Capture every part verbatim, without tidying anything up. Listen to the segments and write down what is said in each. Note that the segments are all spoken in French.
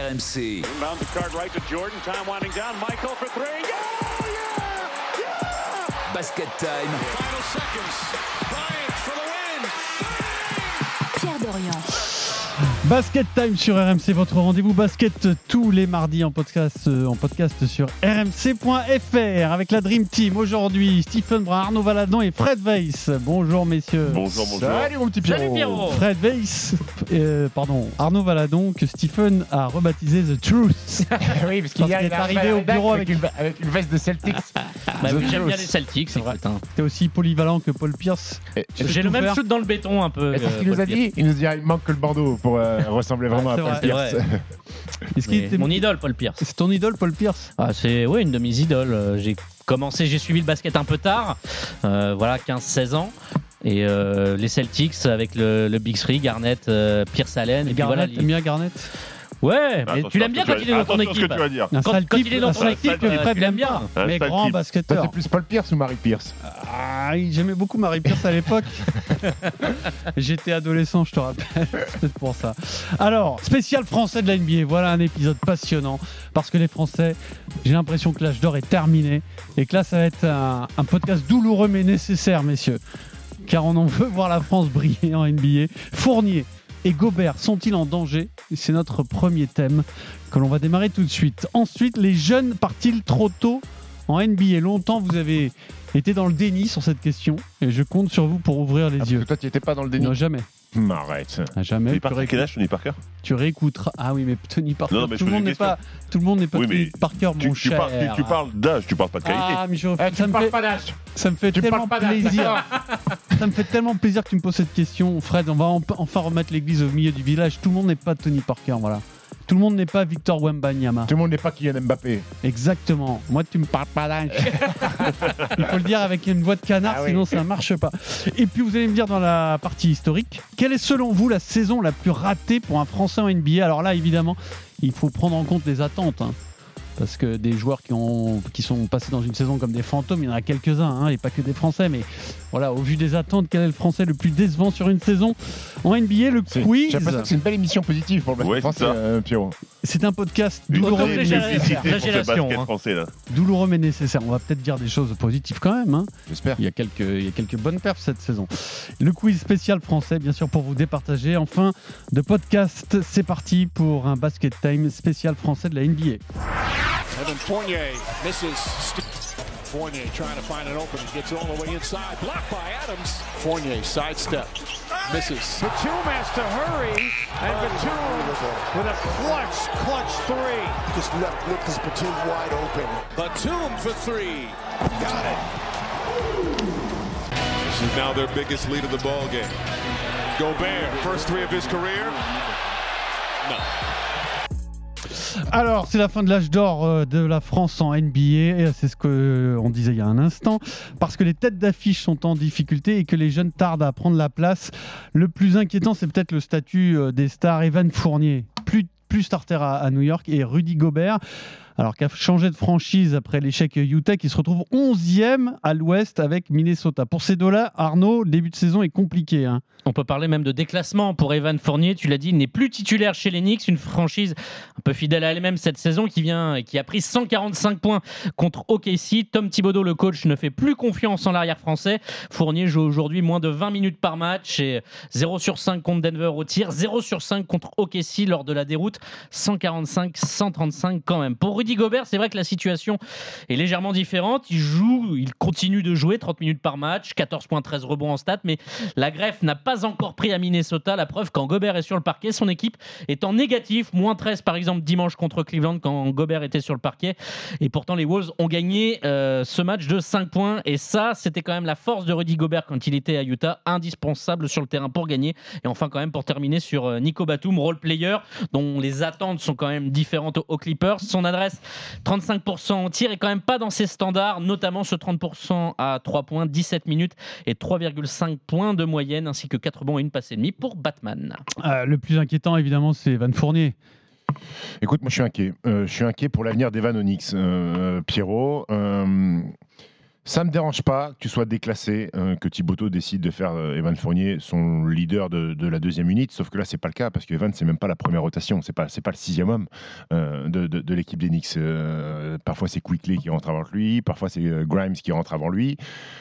M C. Basket Time. Pierre Dorian. Basket Time sur R M C, votre rendez-vous basket tous les mardis en podcast, euh, en podcast sur r m c point f r avec la Dream Team. Aujourd'hui, Stephen Brun, Arnaud Valadon et Fred Weiss. Bonjour messieurs. Bonjour, bonjour. Salut mon petit Pierrot. Salut Pierrot. Fred Weiss, euh, pardon, Arnaud Valadon que Stephen a rebaptisé The Truth. Oui, parce qu'il Parce qu'il est arrivé au bureau avec, avec, une, avec une veste de Celtics. Bah oui, j'aime bien les Celtics, c'est vrai. T'es aussi polyvalent que Paul Pierce. J'ai le même faire. shoot dans le béton un peu. C'est ce qu'il nous a dit. Il nous dit il manque que le bandeau pour euh, ressembler vraiment Ah, à c'est Paul vrai. Pierce. Est-ce qu'il Mais était... Mon idole, Paul Pierce. C'est ton idole, Paul Pierce? Ah, c'est ouais, une de mes idoles. Euh, J'ai commencé, j'ai suivi le basket un peu tard, euh, voilà, quinze seize ans. Et euh, les Celtics avec le, le Big Three, Garnett, euh, Pierce Allen. Et, Et puis voilà. Garnett, t'aimes bien Garnett? Ouais, mais tu l'aimes bien quand il est dans ton Attention équipe. ce que tu vas dire. Un Quand, sale quand type, il est dans un ton sale équipe, type que euh, Fred tu l'aimes aime bien. Un Mais sale grand type. Toi, basketteur. t'es plus Paul Pierce ou Marie Pierce? Ah, j'aimais beaucoup Marie Pierce à l'époque. J'étais adolescent, je te rappelle. C'est peut-être pour ça. Alors, spécial français de la N B A. Voilà un épisode passionnant. Parce que les Français, j'ai l'impression que l'âge d'or est terminé. Et que là, ça va être un, un podcast douloureux mais nécessaire, messieurs. Car on en veut voir la France briller en N B A. Fournier et Gobert sont-ils en danger? C'est notre premier thème que l'on va démarrer tout de suite. Ensuite, les jeunes partent-ils trop tôt en N B A? Longtemps, vous avez été dans le déni sur cette question et je compte sur vous pour ouvrir les Ah, parce yeux. que toi, tu n'étais pas dans le déni. Non, jamais. Hum, Arrête. Ah, jamais. Il est Tu, parti à réécoutes- quel âge, Tony Parker? tu réécouteras. Ah oui, mais Tony Parker. Non, non, mais tout, je le monde pose n'est une pas, tout le monde n'est pas Oui, Tony mais Parker, tu, mon tu cher. parles, tu, tu parles d'âge, tu parles pas de qualité. Ah, mais je, Eh, ça, tu me ne parles fait, pas d'âge. ça me fait Tu tellement parles pas d'âge. plaisir. Ça me fait tellement plaisir que tu me poses cette question, Fred. On va en- enfin remettre l'église au milieu du village. Tout le monde n'est pas Tony Parker, voilà. Tout le monde n'est pas Victor Wembanyama. Tout le monde n'est pas Kylian Mbappé. Exactement. Moi, tu me parles pas d'âge. Il faut le dire avec une voix de canard, Ah oui. sinon ça marche pas. Et puis, vous allez me dire dans la partie historique, quelle est selon vous la saison la plus ratée pour un Français en N B A? Alors là, évidemment, il faut prendre en compte les attentes. Hein. Parce que des joueurs qui, ont, qui sont passés dans une saison comme des fantômes, il y en a quelques-uns, hein, et pas que des Français. Mais voilà, au vu des attentes, quel est le Français le plus décevant sur une saison en N B A? Le C'est- quiz, J'ai l'impression que c'est une belle émission positive pour le basket Ouais, c'est français, ça. euh, Pierrot. c'est un podcast Une douloureux, vraie mais flagellation. publicité pour ce Flagellation, basket hein. français, là. douloureux mais nécessaire. On va peut-être dire des choses positives quand même. Hein. J'espère. Il y a quelques, il y a quelques bonnes perfs cette saison. Le quiz spécial français, bien sûr, pour vous départager. Enfin, de podcast, c'est parti pour un basket time spécial français de la N B A. Evan Fournier misses. Fournier trying to find an opening. Gets all the way inside. Blocked by Adams. Fournier sidestep. Misses. Batum has to hurry. And Batum with a clutch, clutch three. Just left Nicholas Batum wide open. Batum for three. Got it. This is now their biggest lead of the ball game. Gobert, first three of his career. No. Alors, c'est la fin de l'âge d'or euh, de la France en N B A, et c'est ce qu'on disait il y a un instant, parce que les têtes d'affiche sont en difficulté et que les jeunes tardent à prendre la place. Le plus inquiétant, c'est peut-être le statut euh, des stars. Evan Fournier, plus, plus starter à, à New York, et Rudy Gobert, alors qu'a changé de franchise après l'échec Utah, qui se retrouve onzième à l'ouest avec Minnesota. Pour ces deux-là, Arnaud, le début de saison est compliqué. Hein. On peut parler même de déclassement pour Evan Fournier. Tu l'as dit, il n'est plus titulaire chez les Knicks, une franchise un peu fidèle à elle-même cette saison qui vient et qui a pris cent quarante-cinq points contre O K C. Tom Thibodeau, le coach, ne fait plus confiance en l'arrière français. Fournier joue aujourd'hui moins de vingt minutes par match et zéro sur cinq contre Denver au tir, zéro sur cinq contre O K C lors de la déroute. cent quarante-cinq à cent trente-cinq quand même. Pour Rudy Gobert, c'est vrai que la situation est légèrement différente. Il joue, il continue de jouer trente minutes par match, quatorze points, treize rebonds en stats, mais la greffe n'a pas encore pris à Minnesota. La preuve, quand Gobert est sur le parquet, son équipe est en négatif, moins treize par exemple dimanche contre Cleveland quand Gobert était sur le parquet. Et pourtant, les Wolves ont gagné euh, ce match de cinq points. Et ça, c'était quand même la force de Rudy Gobert quand il était à Utah, indispensable sur le terrain pour gagner. Et enfin, quand même, pour terminer sur euh, Nico Batum, role player, dont les attentes sont quand même différentes aux Clippers. Son adresse, trente-cinq pour cent en tir, est quand même pas dans ses standards, notamment ce trente pour cent à trois points, dix-sept minutes et trois virgule cinq points de moyenne, ainsi que quatre rebonds et une passe et demie pour Batman. Euh, le plus inquiétant, évidemment, c'est Evan Fournier. Écoute, moi je suis inquiet. Euh, je suis inquiet pour l'avenir d'Evan Onyx. Euh, Pierrot, euh, Ça me dérange pas que tu sois déclassé, euh, que Thibodeau décide de faire euh, Evan Fournier son leader de, de la deuxième unité, sauf que là c'est pas le cas parce que Evan c'est même pas la première rotation, c'est pas c'est pas le sixième homme euh, de, de, de l'équipe des Knicks. Euh, parfois c'est Quickley qui rentre avant lui, parfois c'est euh, Grimes qui rentre avant lui.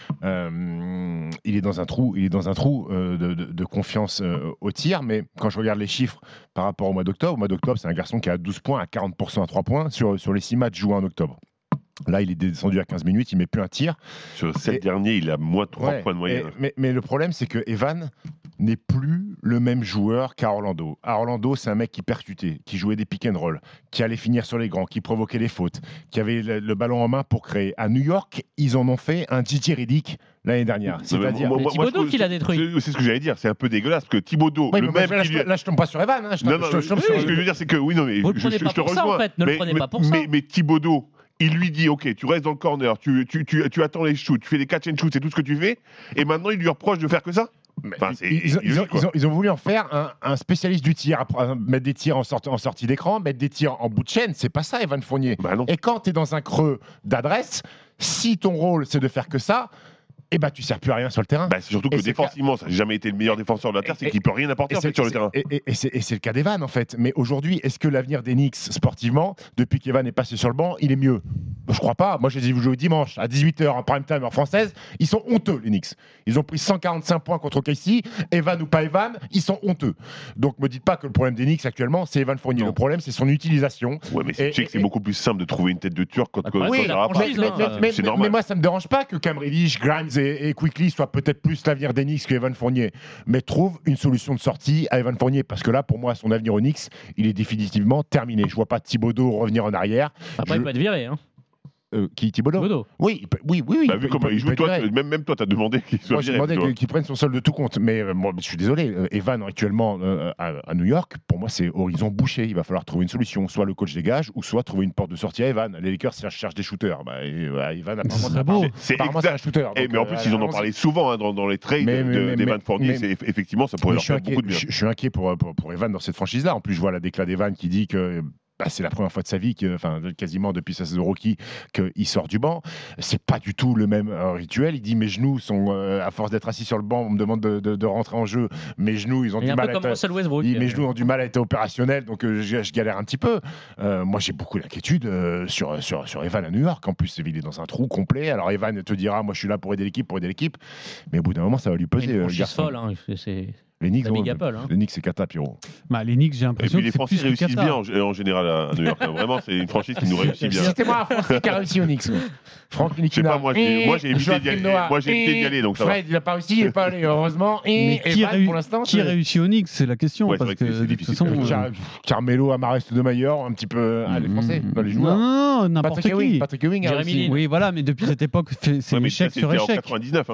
Euh, il est dans un trou, il est dans un trou euh, de, de, de confiance euh, au tir, mais quand je regarde les chiffres par rapport au mois d'octobre, au mois d'octobre c'est un garçon qui a douze points à quarante pour cent à trois points sur sur les six matchs joués en octobre. Là, il est descendu à quinze minutes, il ne met plus un tir. Sur sept Et- derniers, il a moins de trois Ouais, points de moyenne. et- mais, mais le problème, c'est que Evan n'est plus le même joueur qu'à Orlando. À Orlando, c'est un mec qui percutait, qui jouait des pick and roll, qui allait finir sur les grands, qui provoquait les fautes, qui avait le, le ballon en main pour créer. À New York, ils en ont fait un Gigi Riddick l'année dernière. C'est-à-dire... Moi, moi, moi, Thibodeau je trouve- qui l'a détruit. C'est c'est ce que j'allais dire, c'est un peu dégueulasse parce que Thibodeau, Oui, le mais moi, même. là, qui je, lui- là, je tombe pas sur Evan. Hein, je tombe- Non, non, je- je- je tombe ce sur- que je veux dire, c'est que oui, non, mais Vous le je, prenez je- pas je te pour ça, rejoins. en fait, ne le mais, prenez mais- pas pour ça. mais, mais Thibodeau, il lui dit, ok, tu restes dans le corner, tu, tu, tu, tu attends les shoots, tu fais des catch and shoot, c'est tout ce que tu fais, et maintenant il lui reproche de faire que ça. Enfin, c'est ils, ils ont, ils, ont, illogique, quoi. ils ont- ils ont voulu en faire un, un spécialiste du tir, après, mettre des tirs en, sorti- en sortie d'écran, mettre des tirs en bout de chaîne. C'est pas ça, Evan Fournier. Bah non. Et quand tu es dans un creux d'adresse, si ton rôle c'est de faire que ça, eh ben, tu sers plus à rien sur le terrain. Bah, c'est surtout Et que c'est défensivement, ça n'a jamais été le meilleur défenseur de la Terre, c'est Et- qu'il peut rien apporter Et en fait c'est- sur le c'est- terrain. Et, et- et c'est, et c'est le cas d'Evan en fait. Mais aujourd'hui, est-ce que l'avenir des Knicks sportivement, depuis qu'Evan est passé sur le banc, il est mieux ? Je crois pas. Moi, je les ai vus jouer dimanche à dix-huit heures en prime time heure française. Ils sont honteux, les Knicks. Ils ont pris cent quarante-cinq points contre O K C. Evan ou pas Evan, ils sont honteux. Donc, me dites pas que le problème des Knicks actuellement, c'est Evan Fournier. Non. Le problème, c'est son utilisation. Ouais, mais c'est- Et- tu sais que c'est et- beaucoup plus simple de trouver une tête de Turc quand, Bah, quand, ouais, quand c'est ça la va pas. franchise, Mais, hein, mais- euh, mais- c'est mais- normal. mais moi, ça me dérange pas que Cam Reddish, Grimes et, et Quickley soient peut-être plus l'avenir des Knicks que Evan Fournier. Mais trouve une solution de sortie à Evan Fournier. Parce que là, pour moi, son avenir aux Knicks, il est définitivement terminé. Je vois pas Thibodeau revenir en arrière. Après, Je- il peut être viré. Hein. Euh, qui Thibodeau Thibodeau. Oui, il peut- oui, oui, oui. Bah, il vu peut- comment peut- il peut joue, être toi, viré. tu- même, même toi, t'as demandé qu'il soit Moi, j'ai viré. demandé tu vois. qu'il qu'il prenne son solde de tout compte. Mais euh, moi, je suis désolé, euh, Evan actuellement euh, à, à New York, pour moi, c'est horizon bouché. Il va falloir trouver une solution. Soit le coach dégage, ou soit trouver une porte de sortie à Evan. Les Lakers cherchent, cherchent des shooters. Bah, et, euh, Evan, apparemment, serait c'est- beau. C'est apparemment, c'est un exact. shooter. Eh, Donc, mais en euh, plus, ils en ont allons-y. parlé souvent hein, dans, dans les trades Mais- mais- de- mais- d'Evan mais- Fournier. mais- c'est- Effectivement, ça pourrait Mais leur je suis faire inquiet, beaucoup de bien. je, je suis inquiet pour, pour, pour Evan dans cette franchise-là. En plus, je vois la déclat d'Evan qui dit que bah, c'est la première fois de sa vie, que, enfin quasiment depuis sa saison rookie, qu'il sort du banc. C'est pas du tout le même euh, rituel. Il dit mes genoux sont, euh, à force d'être assis sur le banc, on me demande de, de- de rentrer en jeu. Mes genoux, ils ont Il est du un mal peu à comme être. Russell Westbrook. Il- mes genoux ont du mal à être opérationnels, donc euh, je, je galère un petit peu. Euh, moi, j'ai beaucoup d'inquiétude euh, sur, sur, sur Evan à New York. En plus, il est dans un trou complet. Alors, Evan te dira, moi, je suis là pour aider l'équipe, pour aider l'équipe. Mais au bout d'un moment, ça va lui C'est peser. une euh, franchise garçon. folle. Hein. C'est- C'est Les Knicks, la ont- Big Apple. Hein. les Knicks, c'est cata, Pierrot. Bah, les Knicks, j'ai Et l'impression puis les que c'est Français plus que réussissent Qatar. bien en, en général à New York. hein. Vraiment, c'est une franchise qui nous réussit bien. Citez-moi un Français qui a réussi aux Knicks. Franck Je sais pas, moi, j'ai- moi, j'ai évité d'y aller. Moi, j'ai évité d'y aller, donc ça va. Fred, il n'a pas réussi, il n'est pas allé, heureusement. Mais Et qui, Evan, réu- pour l'instant, qui c'est- réussit au Knicks, c'est la question. Ouais, c'est parce vrai que que c'est de toute difficile. façon, euh, Car- Carmelo, Amares, de Mayer, un petit peu. Ah, les Français, dans les non, joueurs. non, non, n'importe Patrick Ewing, qui. Patrick Ewing a Jérémy réussi. Lin. Oui, voilà, mais depuis cette époque, fait- c'est Ouais, mais ça, échec sur c'était en échec. quatre-vingt-dix-neuf. hein.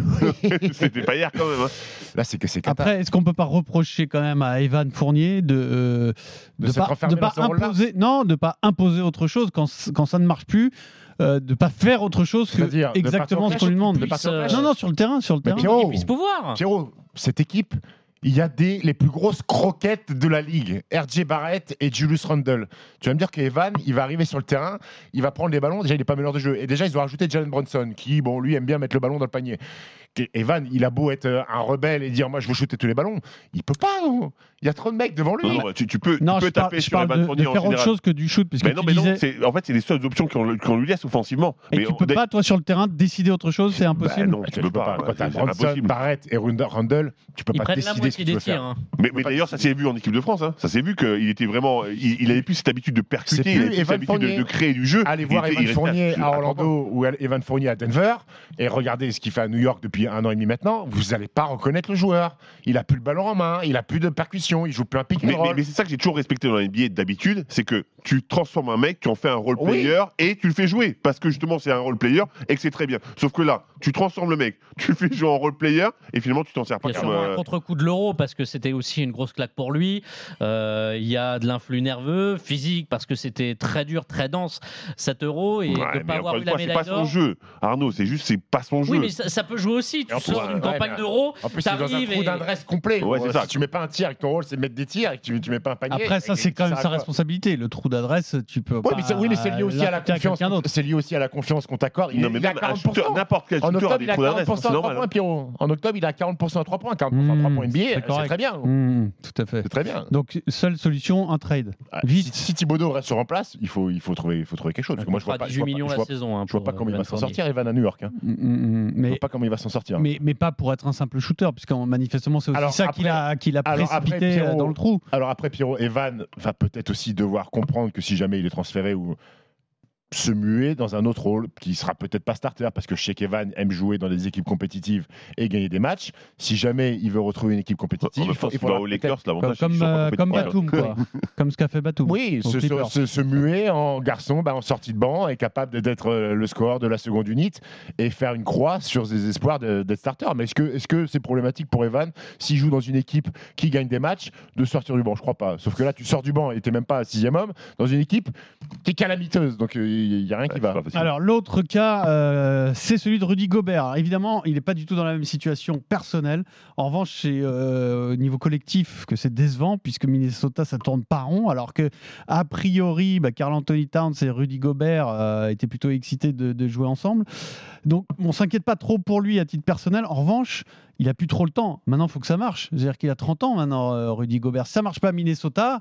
C'était pas hier quand même. hein. Là, c'est que c'est cata. Après, est-ce qu'on peut pas reprocher quand même à Evan Fournier de euh, De de s'être pas, enfermé de pas dans ce rôle-là imposer, non, de pas imposer autre chose quand c- quand ça ne marche plus, euh, de pas faire autre chose que C'est-à-dire, de exactement partir ce au qu'on lui clash, demande. de partir au clash. Non, non, sur le terrain, sur le Mais terrain. Pierrot, Il puisse pouvoir. Pierrot, cette équipe, il y a des, les plus grosses croquettes de la ligue. R J Barrett et Julius Randle. Tu vas me dire qu'Evan, il va arriver sur le terrain, il va prendre les ballons. Déjà, il n'est pas meneur de jeu. Et déjà, ils ont rajouté Jalen Brunson, qui, bon, lui, aime bien mettre le ballon dans le panier. Et Evan, il a beau être euh, un rebelle et dire, moi, je veux shooter tous les ballons. Il peut pas, non. Il y a trop de mecs devant lui. Non, non, tu, tu peux, Non, tu je peux parle, taper je sur parle Evan de, Fournier de en faire autre général. chose que du shoot, puisque Mais non, tu mais non, disais, c'est- en fait, c'est les seules options qu'on qu'on lui laisse offensivement. et Mais tu on- peux pas, toi, sur le terrain, décider autre chose, c'est Bah impossible. non, tu peux pas. Quand t'as C'est Brunson, impossible. Barrett et Rund- Randle, tu peux Ils pas prennent la décider ce que moitié tu veux des tirs. faire. hein. Mais, mais d'ailleurs, ça s'est vu en équipe de France. Hein. Ça s'est vu qu'il était vraiment. Il, il avait plus cette habitude de C'est percuter, plus il avait plus cette Evan habitude de, Fournier. de créer du jeu. Allez Il voir était- Evan il restait Fournier à- à Orlando ou Evan Fournier à Denver et regardez ce qu'il fait à New York depuis un an et demi maintenant. Vous n'allez pas reconnaître le joueur. Il a plus le ballon en main, il a plus de percussion, il joue plus un pick and Mais, mais- roll. mais c'est ça que j'ai toujours respecté dans la N B A d'habitude, c'est que tu transformes un mec, tu en fais un role Oui. player et tu le fais jouer parce que justement c'est un role player et que c'est très bien. Sauf que là, tu transformes le mec, tu le fais jouer en role player et finalement tu t'en sers pas Il y a comme. sûrement euh, un contre-coup de l'euro parce que c'était aussi une grosse claque pour lui. Euh, Il y a de l'influx nerveux, physique parce que c'était très dur, très dense cet euro et ouais, de mais ne pas avoir encore eu une la fois, c'est médaille pas son d'or. jeu. Arnaud, c'est juste, c'est pas son jeu. Oui, mais ça, ça peut jouer aussi. Tu Et en plus, sors d'une ouais, campagne mais- d'euro, En plus, c'est dans un t'arrives trou et- d'adresse complet. Ouais, c'est Si ça. tu mets pas un tir avec ton rôle, c'est mettre des tirs et que tu, tu mets pas un panier. Après, ça, et- c'est quand ça même sert sa à quoi responsabilité. Le trou d'adresse, tu peux Ouais, pas. mais c'est, oui, mais c'est lié aussi à la l'appliquer confiance. quelqu'un d'autre. C'est lié aussi à la confiance qu'on t'accorde. Il, Non, mais il a même un quarante pour cent. shooter, n'importe quel En shooter a octobre, des il a trous d'adresse. quarante pour cent C'est à trois normal. points, Pierrot. En octobre, il a quarante pour cent à trois points. quarante pour cent à trois points N B A, Mmh, c'est c'est très correct. bien. Mmh, tout à fait. C'est très bien. Donc, seule solution, un trade. Ah, Vite. Si, si Thibodeau reste sur en place, il faut, il faut, trouver, il faut trouver quelque chose. Parce que moi, je vois pas, je dix-huit vois pas- millions je la vois- saison. hein, je vois pour, pas comment il euh, va s'en Evan sortir, Evan, à New York. Hein. Mmh, mmh, Je mais, vois pas comment il va s'en sortir. mais, mais pas pour être un simple shooter, puisque manifestement, c'est aussi Alors, ça après- qu'il a, qu'il a alors, après, précipité Pierrot- dans le trou. Alors après, Pierrot, Evan va peut-être aussi devoir comprendre que si jamais il est transféré ou se muer dans un autre rôle qui sera peut-être pas starter parce que je sais qu'Evan aime jouer dans des équipes compétitives et gagner des matchs. Si jamais il veut retrouver une équipe compétitive, En même il faut, temps, il s'il va faudra aux peut-être- Lakers, Comme, l'avantage, c'est comme, qu'ils sont euh, pas comme compétitifs. Batum, quoi. Comme ce qu'a fait Batum. Oui, aux se, se, Clippers. se- se muer en garçon, bah, en sortie de banc, est capable d'être euh, le scoreur de la seconde unité et faire une croix sur ses espoirs de- d'être starter. Mais est-ce que est-ce que c'est problématique pour Evan s'il joue dans une équipe qui gagne des matchs de sortir du banc? Je crois pas. Sauf que là, tu sors du banc et t'es même pas sixième homme dans une équipe qui est calamiteuse. Donc il y a rien qui Ouais, va. c'est pas facile. Alors l'autre cas, euh, c'est celui de Rudy Gobert. Alors, évidemment, il n'est pas du tout dans la même situation personnelle. En revanche, c'est euh, au niveau collectif que c'est décevant, puisque Minnesota, ça tourne pas rond, alors que a priori, bah, Karl Anthony Towns et Rudy Gobert euh, étaient plutôt excités de, de jouer ensemble. Donc, on s'inquiète pas trop pour lui à titre personnel. En revanche, il a plus trop le temps. Maintenant, il faut que ça marche. C'est-à-dire qu'il a trente ans maintenant, euh, Rudy Gobert. Si ça marche pas à Minnesota,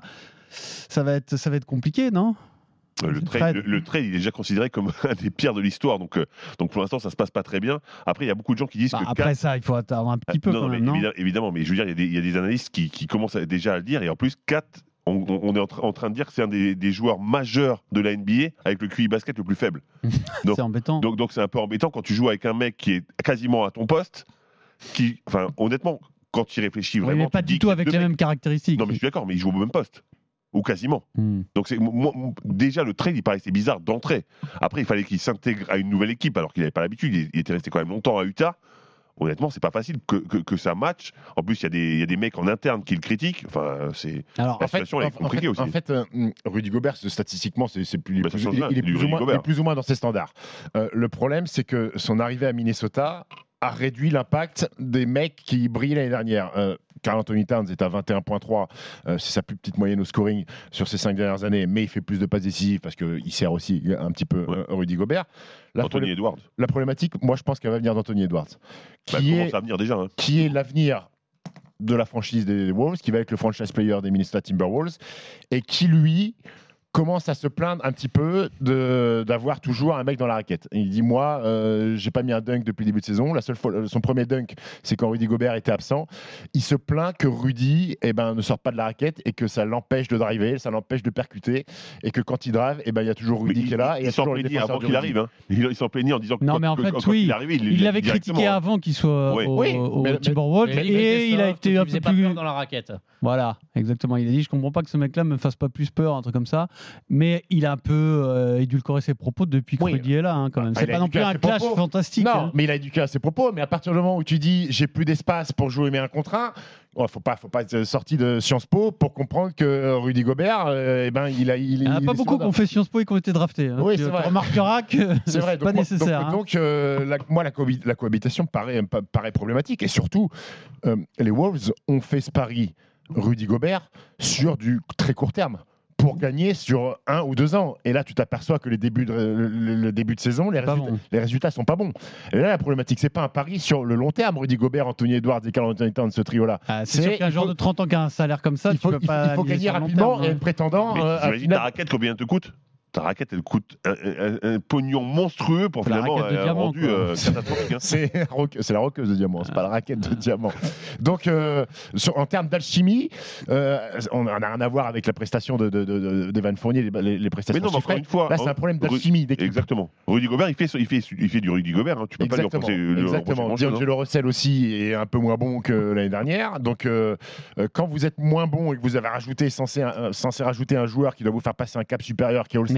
ça va être, ça va être compliqué, non? Euh, Le trade, le, le trade, il est déjà considéré comme un des pires de l'histoire, donc, euh, donc pour l'instant ça se passe pas très bien. Après, il y a beaucoup de gens qui disent Bah, que après Kat- ça, il faut attendre un petit peu non, quand non, même, mais non évidemment, évidemment, mais je veux dire, il y a des, il y a des analystes qui, qui commencent à- déjà à le dire, et en plus, Kat, on, on est en, tra- en train de dire que c'est un des, des joueurs majeurs de la N B A avec le Q I basket le plus faible. Donc- C'est embêtant. Donc, donc c'est un peu embêtant quand tu joues avec un mec qui est quasiment à ton poste, qui, enfin, honnêtement, quand tu y réfléchis Oui, vraiment, mais pas tu te dis du tout qu'il y a avec deux les mecs- mêmes caractéristiques. Non, mais je suis d'accord, mais il joue au même poste. Ou quasiment. Hmm. Donc c'est, moi, moi, déjà, le trade, il paraissait bizarre d'entrée. Après, il fallait qu'il s'intègre à une nouvelle équipe alors qu'il n'avait pas l'habitude. Il, il était resté quand même longtemps à Utah. Honnêtement, c'est pas facile que, que, que ça matche. En plus, il y, a des- il y a des mecs en interne qui le critiquent. Enfin, c'est, Alors, la En fait, situation elle est en- en compliquée fait- aussi. en fait, euh, Rudy Gobert, c'est- statistiquement, c'est, c'est plus, il est Bah, ça plus- change il- rien, il est c'est du plus ou Rudy moins- il Gobert. est plus ou moins dans ses standards. Euh, le problème, c'est que son arrivée à Minnesota a réduit l'impact des mecs qui brillaient l'année dernière. Euh, Karl Anthony Towns est à vingt et un virgule trois, euh, c'est sa plus petite moyenne au scoring sur ces cinq dernières années, mais il fait plus de passes décisives parce qu'il sert aussi un petit peu Ouais. euh, Rudy Gobert. La, Anthony problé- Edwards. la problématique, moi je pense qu'elle va venir d'Anthony Edwards, Bah, qui, commence est, à venir déjà. hein. qui est l'avenir de la franchise des Wolves, qui va être le franchise player des Minnesota Timberwolves, et qui lui commence à se plaindre un petit peu de, d'avoir toujours un mec dans la raquette. Et il dit, moi, euh, j'ai pas mis un dunk depuis le début de saison. La seule fois, son premier dunk, c'est quand Rudy Gobert était absent. Il se plaint que Rudy eh ben, ne sort pas de la raquette et que ça l'empêche de driver, ça l'empêche de percuter, et que quand il drive, eh ben, il y a toujours Rudy Mais qui est là. il, et il y a il s'en toujours les plaignait défenseurs avant de qu'il Rudy. arrive. hein. Il, il s'en plaignait en disant que Non, quand, mais en que- fait, quand oui, il est arrivé, il, il l'a l'avait dit critiqué directement, hein. avant qu'il soit Oui. au, Oui, au mais- Timberwolves Mais et il a été un peu faisait pas plus. peur dans la raquette. Voilà, exactement. Il a dit, je comprends pas que ce mec-là me fasse pas plus peur, un truc comme ça. Mais il a un peu euh, édulcoré ses propos depuis que Oui. Rudy est là, hein, quand même. Ah, C'est il a pas non plus éduqué à un ses clash propos. fantastique. Non, hein. mais il a éduqué à ses propos. Mais à partir du moment où tu dis j'ai plus d'espace pour jouer mes un contre un, il faut pas, faut pas être sorti de Sciences Po pour comprendre que Rudy Gobert, euh, eh ben il a, il, Il n'y en a il pas est beaucoup sur- qui ont fait Sciences Po et qui ont été draftés. hein. Oui, tu c'est tu vrai. remarqueras que C'est vrai, pas donc, moi- nécessaire. Donc, hein. donc, euh, la- moi, la, cohabi- la cohabitation me paraît, me pa- paraît problématique. Et surtout, euh, les Wolves ont fait ce pari, Rudy Gobert, sur du très court terme, pour gagner sur un ou deux ans. Et là, tu t'aperçois que les débuts de, le, le- le début de saison, les Pas résultats, bon. les résultats sont pas bons. Et là, la problématique, c'est pas un pari sur le long terme. Rudy Gobert, Anthony Edwards et Karl Anthony Towns, ce trio-là. Ah, c'est c'est- sûr qu'un il joueur faut- de trente ans qui a un salaire comme ça, il tu faut, peux il faut- pas il faut miser gagner sur le long rapidement terme, et hein. être prétendant. Mais euh, à t'imagines finale- ta raquette, combien elle te coûte? Ta raquette, elle coûte un, un- un pognon monstrueux pour La finalement raquette de un diamant, rendu quoi. euh, catastrophique. hein. C'est la roque- c'est la roqueuse de diamant, c'est pas la raquette de diamant. Donc, euh, sur- en termes d'alchimie, euh, on n'a rien à voir avec la prestation de, de, de- de- d'Evan Fournier, les, les- les Mais prestations non, mais encore chiffrées. une fois, Là, c'est un problème d'alchimie d'équipe. Exactement. Rudy Gobert, il fait, il fait, il fait du Rudy Gobert. hein. Tu peux Exactement. pas lui reprocher, lui reprocher Exactement. grand-chose, hein. D'Angelo Russell aussi est un peu moins bon que l'année dernière. Donc, euh, euh, quand vous êtes moins bon et que vous avez rajouté, censé, euh, censé rajouter un joueur qui doit vous faire passer un cap supérieur qui est All-Star,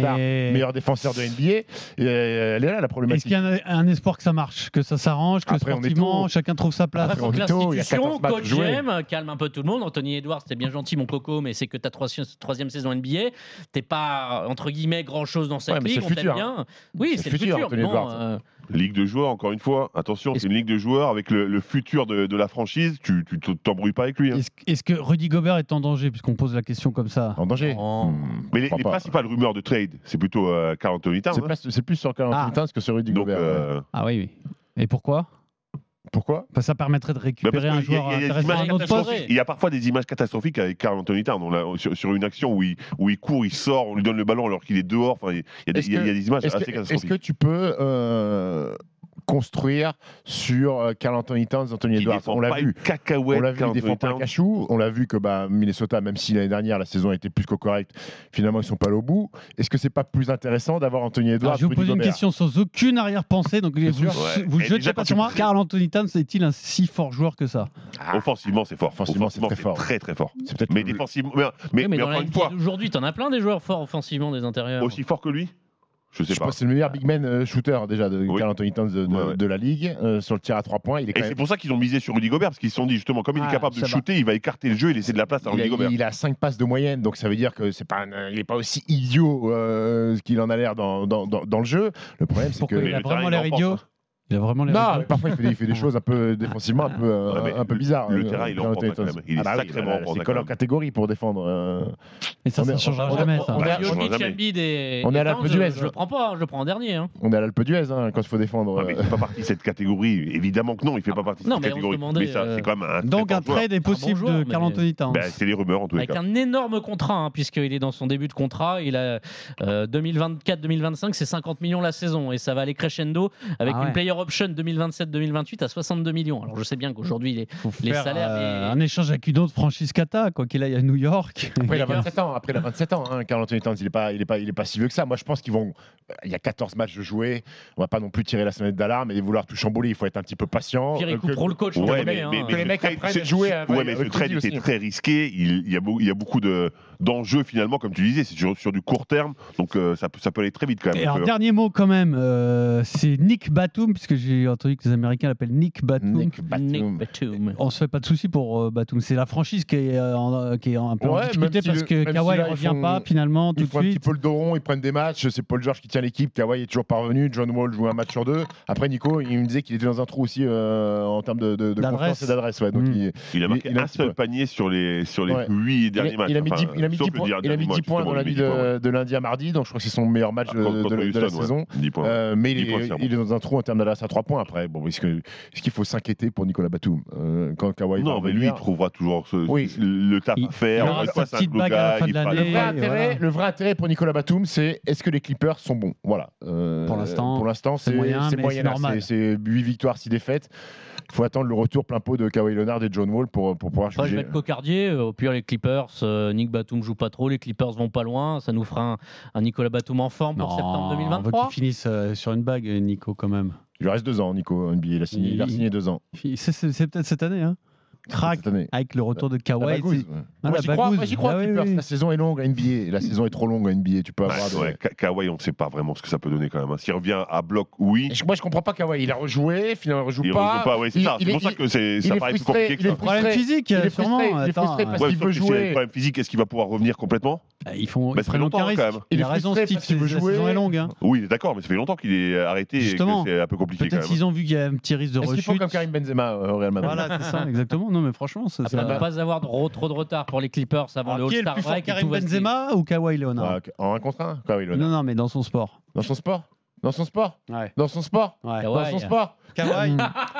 All-Star, meilleur défenseur de N B A. Et, euh, elle est là la problématique. Est-ce qu'il y a un, un espoir que ça marche, que ça s'arrange, que Après, on est sportivement tôt. chacun trouve sa place? Après, faut que on est tôt, il y a l'institution, quatorze matchs coach joués. G M, calme un peu tout le monde. Anthony Edwards, c'est bien gentil, mon coco, mais c'est que ta troisième, troisième saison N B A. T'es pas, entre guillemets, grand-chose dans cette Ouais, mais ligue. c'est On le t'aime futur, bien. Oui, C'est c'est le le futur, futur. Anthony Bon, Edwards. euh, Ligue de joueurs, encore une fois, attention, Est-ce- c'est une ligue de joueurs avec le, le futur de, de la franchise, tu tu te- t'embrouilles pas avec lui. hein. Est-ce, est-ce que Rudy Gobert est en danger, puisqu'on pose la question comme ça? En danger. Oh. Hmm, Mais je les, crois les pas. principales rumeurs de trade, c'est plutôt euh, Karl Anthony Towns. C'est hein. plus, c'est plus sur Karl Anthony Ah. Towns que sur Rudy Donc, Gobert. ouais. euh, Ah oui, oui. Et pourquoi? Pourquoi Enfin, ça permettrait de bah récupérer parce un qu'il y a- joueur il y a des intéressant images à un autre poste. catastrophiques. Il y a parfois des images catastrophiques avec Karl Anthony Towns. On l'a- sur, sur une action où il, où il court, il sort, on lui donne le ballon alors qu'il est dehors. Enfin, il y a des, Est-ce il y a- que- il y a des images Est-ce assez que, est-ce catastrophiques. que tu peux euh, construire sur euh, Karl Anthony Towns, Anthony Il Edwards? défend On l'a pas vu. une cacahuète, On l'a vu, Karl il défend Anthony pas un Towns. cachou. On l'a vu que bah, Minnesota, même si l'année dernière la saison a été plus que correcte, finalement ils sont pas allés au bout. Est-ce que c'est pas plus intéressant d'avoir Anthony Alors, Edwards? je vais vous Rudy poser une Gobert question sans aucune arrière-pensée. Donc, vous, sûr. Ouais. vous Et jetez déjà, pas quand sur tu- moi. Karl Anthony Towns est-il un si fort joueur que ça? Offensivement, c'est fort. Offensivement, c'est très fort. Très, très fort. C'est peut-être Mais le- défensivement, mais, mais, Oui, mais mais dans la encore N une B A fois, d'aujourd'hui, t'en as plein des joueurs forts offensivement des intérieurs. aussi fort que lui, je sais Je pas. pense que c'est le meilleur big man euh, shooter déjà de Oui. Karl Anthony Towns de, de- Ouais, ouais. de la ligue euh, sur le tir à trois points. Il est Et quand c'est même. pour ça qu'ils ont misé sur Rudy Gobert, parce qu'ils se sont dit justement, comme il Ah, est capable de ça va. shooter, il va écarter le jeu et laisser de la place à Il Rudy a, Gobert. il a cinq passes de moyenne, donc ça veut dire que c'est pas un- il est pas aussi idiot euh, qu'il en a l'air dans, dans, dans, dans le jeu. Le problème, c'est que Pourquoi il a le vraiment terrain, l'air il idiot? l'emporte. Il a vraiment l'air non, idiot. mais parfois il fait, des, il fait des choses un peu défensivement, un peu, euh, Ouais, mais un peu le- bizarres. le euh, terrain, il Karl l'emporte Anthony quand Towns. même. Il est Ah bah oui, sacrément bah, emporté C'est quand color même. catégorie pour défendre. euh. Et ça, on ça est- ne changera on est- jamais. on ça. est- Bah, on Jokic, jamais. Embiid et, On et est à l'Alpe Towns, d'Huez. je, je le prends pas, je le prends en dernier. Hein. On est à l'Alpe d'Huez hein, quand il faut défendre. Ouais, mais il euh. fait pas partie de cette catégorie. Évidemment que non, il fait pas partie de Non, cette mais on se catégorie. demandait, Mais ça, euh, c'est quand même un. très Donc fort un joueur. trade est possible joueur, de Karl mais- Anthony Towns. Ben, c'est les rumeurs en tous les Avec cas. un énorme contrat, hein, puisqu'il est dans son début de contrat. Il a euh, deux mille vingt-quatre deux mille vingt-cinq, c'est cinquante millions la saison. Et ça va aller crescendo avec Ah ouais. une player option deux mille vingt-sept deux mille vingt-huit à soixante-deux millions. Alors je sais bien qu'aujourd'hui, les, Faut les faire, salaires. euh, et- un échange avec une autre franchise Kata, quoi qu'il aille à New York. Après, il a Lakers. vingt-sept ans. Après, il a vingt-sept ans. Hein, Karl Anthony Towns, il est pas, il est pas, il est pas si vieux que ça. Moi, je pense qu'ils vont. Il y a quatorze matchs de jouer. On va pas non plus tirer la sonnette d'alarme et vouloir tout chambouler. Il faut être un petit peu patient. Pire, ils Euh, que- couperont le coach. Ouais, on mais- connaît, hein. mais- que les mecs ce trade, apprennent c'est- à jouer. Ouais, avec- mais ce avec trade Rudy était aussi. très risqué. Il, il y a, beau- il y a beaucoup de, d'enjeux finalement, comme tu disais. C'est sur, sur du court terme. Donc euh, ça, peut, ça peut aller très vite quand même. Et alors, Donc, euh, dernier mot quand même, euh, c'est Nick Batum, puisque j'ai entendu que les Américains l'appellent Nick Batum. Nick Batum. Nick Batum. On se fait pas de soucis pour euh, Batum. C'est la franchise qui est, euh, en, qui est un peu en Ouais, difficulté même si parce le- que même si Kawhi là, ne ils revient font- pas finalement tout Ils de font un petit suite. peu le dos rond, ils prennent des matchs. C'est Paul George qui tient l'équipe. Kawhi est toujours parvenu. John Wall joue un match sur deux. Après, Nico, il me disait qu'il était dans un trou aussi euh, en termes de, de, de D'adresse. confiance et d'adresse. Ouais. Donc, Mm. il, il a marqué il a un un petit seul peu- panier sur les, sur les Ouais. huit il derniers a, matchs. il a mis Enfin, dix, il a mis sauf dix le points, dernier il a mis match, dix points justement, dans la le nuit dix points, ouais. de, de lundi à mardi. Donc, je crois que c'est son meilleur match Ah, de, contre- de- contre de la Houston, ouais. saison. dix points. Euh, mais il dix points, est, c'est bon. il est dans un trou en termes d'adresse à trois points après. Bon, est-ce, que, est-ce qu'il faut s'inquiéter pour Nicolas Batum euh, quand Kawhi va Non, mais lui, revenir il trouvera toujours ce- Oui. le taf Il- à faire. il Encore aura une sa fois, c'est un petite gros bague à la gars, fin il de fera l'année. Le vrai, Et intérêt, voilà. le vrai intérêt pour Nicolas Batum, c'est est-ce que les Clippers sont bons? Voilà. Euh, Pour l'instant, pour l'instant, c'est c'est moyen, c'est mais moyen, c'est normal. C'est c'est huit victoires, six défaites. Il faut attendre le retour plein pot de Kawhi Leonard et John Wall pour, pour pouvoir Après, je vais juger. être cocardier. euh, Au pire, les Clippers, euh, Nick Batum joue pas trop. Les Clippers vont pas loin. Ça nous fera un, un Nicolas Batum en forme pour Non, septembre deux mille on veut vingt-trois. qu'il finisse euh, sur une bague, Nico, quand même. Il lui reste deux ans, Nico, N B A. Il a signé, il a Il- signé deux ans. C'est, c'est- c'est peut-être cette année, hein. Crac, Cette année. avec le retour de La Kawhi. bagouze, c'est- ouais. Ah, Moi, la j'y crois, bagouze. moi, j'y crois, Ah oui, Clippers. oui. La saison est longue à N B A. La saison est trop longue à N B A. Tu peux avoir des- Ouais, Ka- Kawhi, on ne sait pas vraiment ce que ça peut donner quand même. hein. S'il revient à bloc, oui. Et je- Moi, je comprends pas Kawhi. Il a rejoué, finalement, il rejoue Il pas. rejoue pas, ouais, c'est Il- ça. il C'est est- pour ça que c'est- il ça est paraît plus frustré, compliqué il que est ça. frustré. Problème physique, Il est sûrement. frustré, il est Attends, frustré parce euh, Ouais, qu'il sauf veut que s'il a jouer. des problèmes physiques, est-ce qu'il va pouvoir revenir complètement? ils font, Bah, ils ça fait prennent aucun longtemps, risque. quand même. Il Il a est raison, frustré Steve. parce qu'il c'est- veut La jouer. saison est longue. Hein. Oui, d'accord, mais ça fait longtemps qu'il est arrêté Justement. et que c'est un peu compliqué quand Peut-être même. qu'ils ont vu qu'il y a un petit risque de Est-ce qu'ils font rechute. comme Karim Benzema euh, au Real Madrid? Voilà, c'est ça, exactement. Non, mais franchement, c'est Après, ça. ne pas avoir trop, trop de retard pour les Clippers avant Alors, le qui est le All-Star plus fort, break. et Karim tout va se- Benzema ou Kawhi Leonard? Ouais, ok. En un contre un, Kawhi Leonard. Non, non, mais dans son sport. Dans son sport Dans son sport Ouais. Dans son sport Ouais. Dans Kawhi. son sport Kawhi.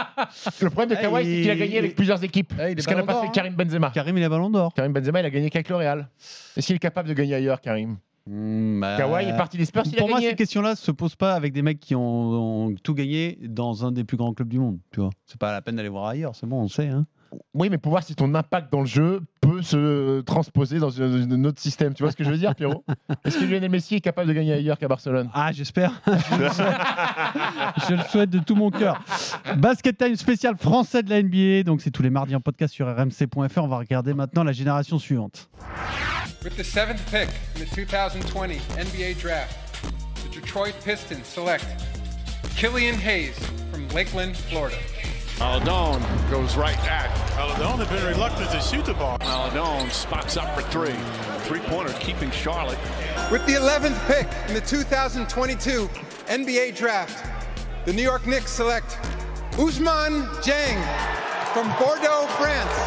Le problème de Ah, Kawhi, il- c'est qu'il a gagné avec plusieurs équipes. Ah, il est Ce qu'a Ballon pas d'Or, fait hein. Karim Benzema. Karim, il a ballon d'or. Karim Benzema, il a gagné qu'avec le Real. Est-ce qu'il est capable de gagner ailleurs, Karim Hmm, bah, Kawhi est parti des Spurs, il a Pour moi, gagné. ces questions-là se posent pas avec des mecs qui ont, ont tout gagné dans un des plus grands clubs du monde. Tu vois, c'est pas la peine d'aller voir ailleurs. C'est bon, on sait. Hein. Oui, mais pour voir si ton impact dans le jeu peut se transposer dans un, un autre système. Tu vois ce que je veux dire, Pierrot? Est-ce que Lionel Messi est capable de gagner ailleurs qu'à Barcelone? Ah, j'espère. Je le souhaite de tout mon cœur. Basket Time spécial français de la N B A. Donc, c'est tous les mardis en podcast sur r m c point f r. On va regarder maintenant la génération suivante. With the seventh pick in the twenty twenty N B A Draft, the Detroit Pistons select Killian Hayes from Lakeland, Florida. Maladone goes right at. Maladone had been reluctant to shoot the ball. Maladone spots up for three. Three-pointer keeping Charlotte. With the eleventh pick in the twenty twenty-two N B A Draft, the New York Knicks select Ousmane Dieng from Bordeaux, France.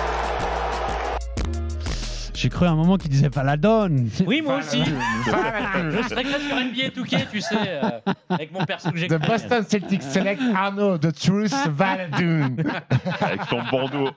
J'ai cru à un moment qu'il disait Valadon. Oui, moi aussi. Je serais grave sur N B A deux K, tu sais, euh, avec mon perso que j'ai The créé. Boston Celtics select Arnaud the Truth Valadoun. Avec son bandeau.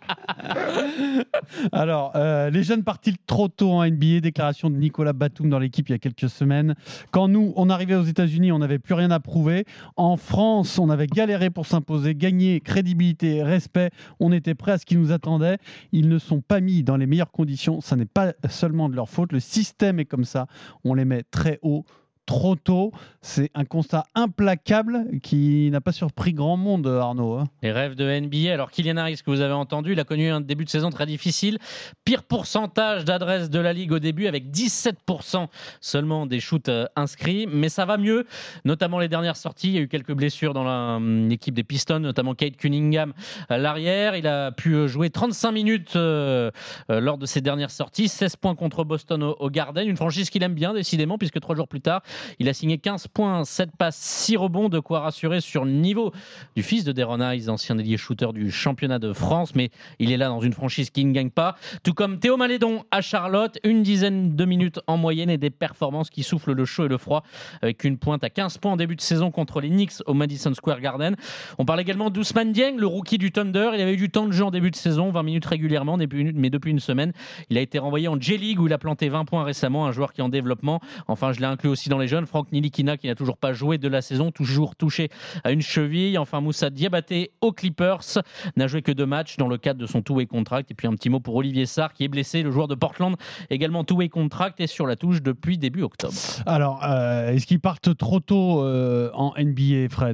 Alors, euh, les jeunes partis trop tôt en N B A. Déclaration de Nicolas Batum dans l'équipe il y a quelques semaines. Quand nous, on arrivait aux États-Unis, on n'avait plus rien à prouver. En France, on avait galéré pour s'imposer, gagner crédibilité, respect. On était prêt à ce qui nous attendait. Ils ne sont pas mis dans les meilleures conditions. Ça n'est pas seulement de leur faute. Le système est comme ça. On les met très haut, trop tôt. C'est un constat implacable qui n'a pas surpris grand monde, Arnaud. Hein. Les rêves de N B A. Alors, Killian Hayes, que vous avez entendu, il a connu un début de saison très difficile. Pire pourcentage d'adresse de la Ligue au début, avec dix-sept pour cent seulement des shoots euh, inscrits. Mais ça va mieux, notamment les dernières sorties. Il y a eu quelques blessures dans la, euh, l'équipe des Pistons, notamment Kate Cunningham à l'arrière. Il a pu jouer trente-cinq minutes euh, euh, lors de ses dernières sorties. seize points contre Boston au, au Garden. Une franchise qu'il aime bien, décidément, puisque trois jours plus tard, il a signé quinze points, sept passes, six rebonds, de quoi rassurer sur le niveau du fils de Deron Hayes, ancien ailier shooter du championnat de France, mais il est là dans une franchise qui ne gagne pas. Tout comme Théo Malédon à Charlotte, une dizaine de minutes en moyenne et des performances qui soufflent le chaud et le froid, avec une pointe à quinze points en début de saison contre les Knicks au Madison Square Garden. On parle également d'Ousmane Dieng, le rookie du Thunder. Il avait eu du temps de jeu en début de saison, vingt minutes régulièrement, mais depuis une semaine, il a été renvoyé en J-League où il a planté vingt points récemment, un joueur qui est en développement. Enfin, je l'ai inclus aussi dans les jeunes. Franck Nilikina qui n'a toujours pas joué de la saison, toujours touché à une cheville. Enfin, Moussa Diabaté aux Clippers n'a joué que deux matchs dans le cadre de son two-way contract. Et puis un petit mot pour Olivier Sarr qui est blessé, le joueur de Portland, également two-way contract et sur la touche depuis début octobre. Alors, euh, est-ce qu'ils partent trop tôt euh, en N B A, Fred ?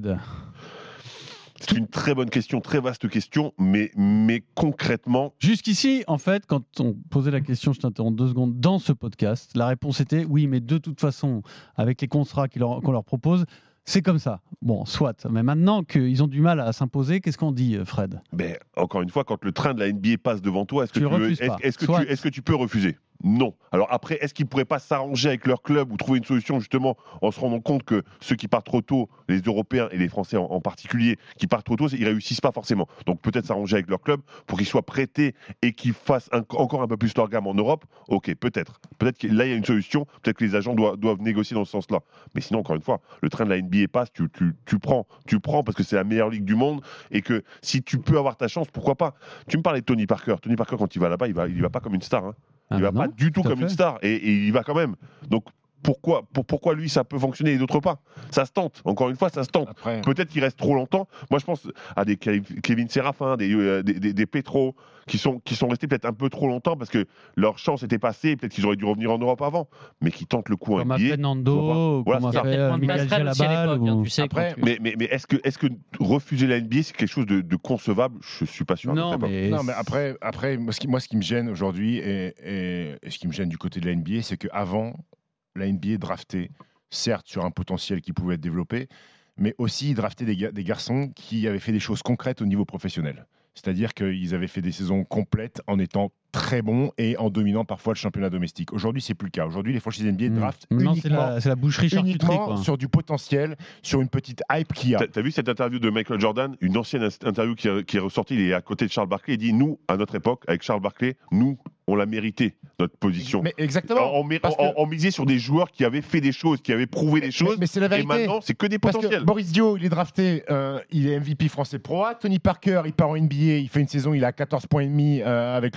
C'est une très bonne question, très vaste question, mais, mais concrètement... Jusqu'ici, en fait, quand on posait la question, je t'interromps deux secondes, dans ce podcast, la réponse était oui, mais de toute façon, avec les contrats qu'on leur, qu'on leur propose, c'est comme ça. Bon, soit. Mais maintenant qu'ils ont du mal à s'imposer, qu'est-ce qu'on dit, Fred ? Ben, encore une fois, quand le train de la N B A passe devant toi, est-ce que tu, tu, veux, refuses est-ce, pas. est-ce que Soit. tu, est-ce que tu peux refuser ? Non. Alors après, est-ce qu'ils ne pourraient pas s'arranger avec leur club ou trouver une solution justement en se rendant compte que ceux qui partent trop tôt, les Européens et les Français en, en particulier, qui partent trop tôt, ils ne réussissent pas forcément. Donc peut-être s'arranger avec leur club pour qu'ils soient prêtés et qu'ils fassent un, encore un peu plus leur gamme en Europe. Ok, peut-être. Peut-être que là, il y a une solution. Peut-être que les agents doivent, doivent négocier dans ce sens-là. Mais sinon, encore une fois, le train de la N B A passe, tu, tu, tu prends. Tu prends parce que c'est la meilleure ligue du monde et que si tu peux avoir ta chance, pourquoi pas ? Tu me parlais de Tony Parker. Tony Parker, quand il va là-bas, il ne va, il va pas comme une star. Hein. Il ne Ah va non, pas du tout comme fait. une star et, et il y va quand même. Donc pourquoi, pour, pourquoi lui ça peut fonctionner et d'autres pas ? Ça se tente. Encore une fois, ça se tente. Après... Peut-être qu'il reste trop longtemps. Moi, je pense à des Kevin Séraphin, des, euh, des, des, des Petro qui sont, qui sont restés peut-être un peu trop longtemps parce que leur chance était passée. Peut-être qu'ils auraient dû revenir en Europe avant, mais qui tentent le coup en Comme N B A. a fait Nando, Voilà, comme c'est a ça. fait euh, Point de Miguel passerelle aussi à Jalabal. l'époque, hein, Ou... tu sais, Après, quand tu- Mais, mais, mais est-ce que, est-ce que refuser la N B A, c'est quelque chose de, de concevable ? Je ne suis pas sûr. Non, mais... Non, mais après, après moi, ce qui, moi, ce qui me gêne aujourd'hui et, et, et ce qui me gêne du côté de la N B A, c'est qu'avant, la N B A draftait, certes, sur un potentiel qui pouvait être développé, mais aussi draftait des, ga- des garçons qui avaient fait des choses concrètes au niveau professionnel. C'est-à-dire qu'ils avaient fait des saisons complètes en étant très bons et en dominant parfois le championnat domestique. Aujourd'hui, c'est plus le cas. Aujourd'hui, les franchises N B A Mmh. draftent Non, uniquement, c'est la, c'est la boucherie charcuterie, uniquement quoi. sur du potentiel, sur une petite hype qu'il y a. T'as, t'as vu cette interview de Michael Jordan, une ancienne interview qui, est- qui est ressortie, il est à côté de Charles Barkley, il dit, nous, à notre époque, avec Charles Barkley, nous, on l'a mérité, notre position. Mais exactement. On, on, parce on, que- on misait sur des joueurs qui avaient fait des choses, qui avaient prouvé des choses, Mais, mais c'est la et vérité. maintenant, c'est que des Parce potentiels. que Boris Dio, il est drafté, euh, il est M V P français Pro A. Tony Parker, il part en N B A, il fait une saison, il a quatorze points et demi euh, avec le, le Paris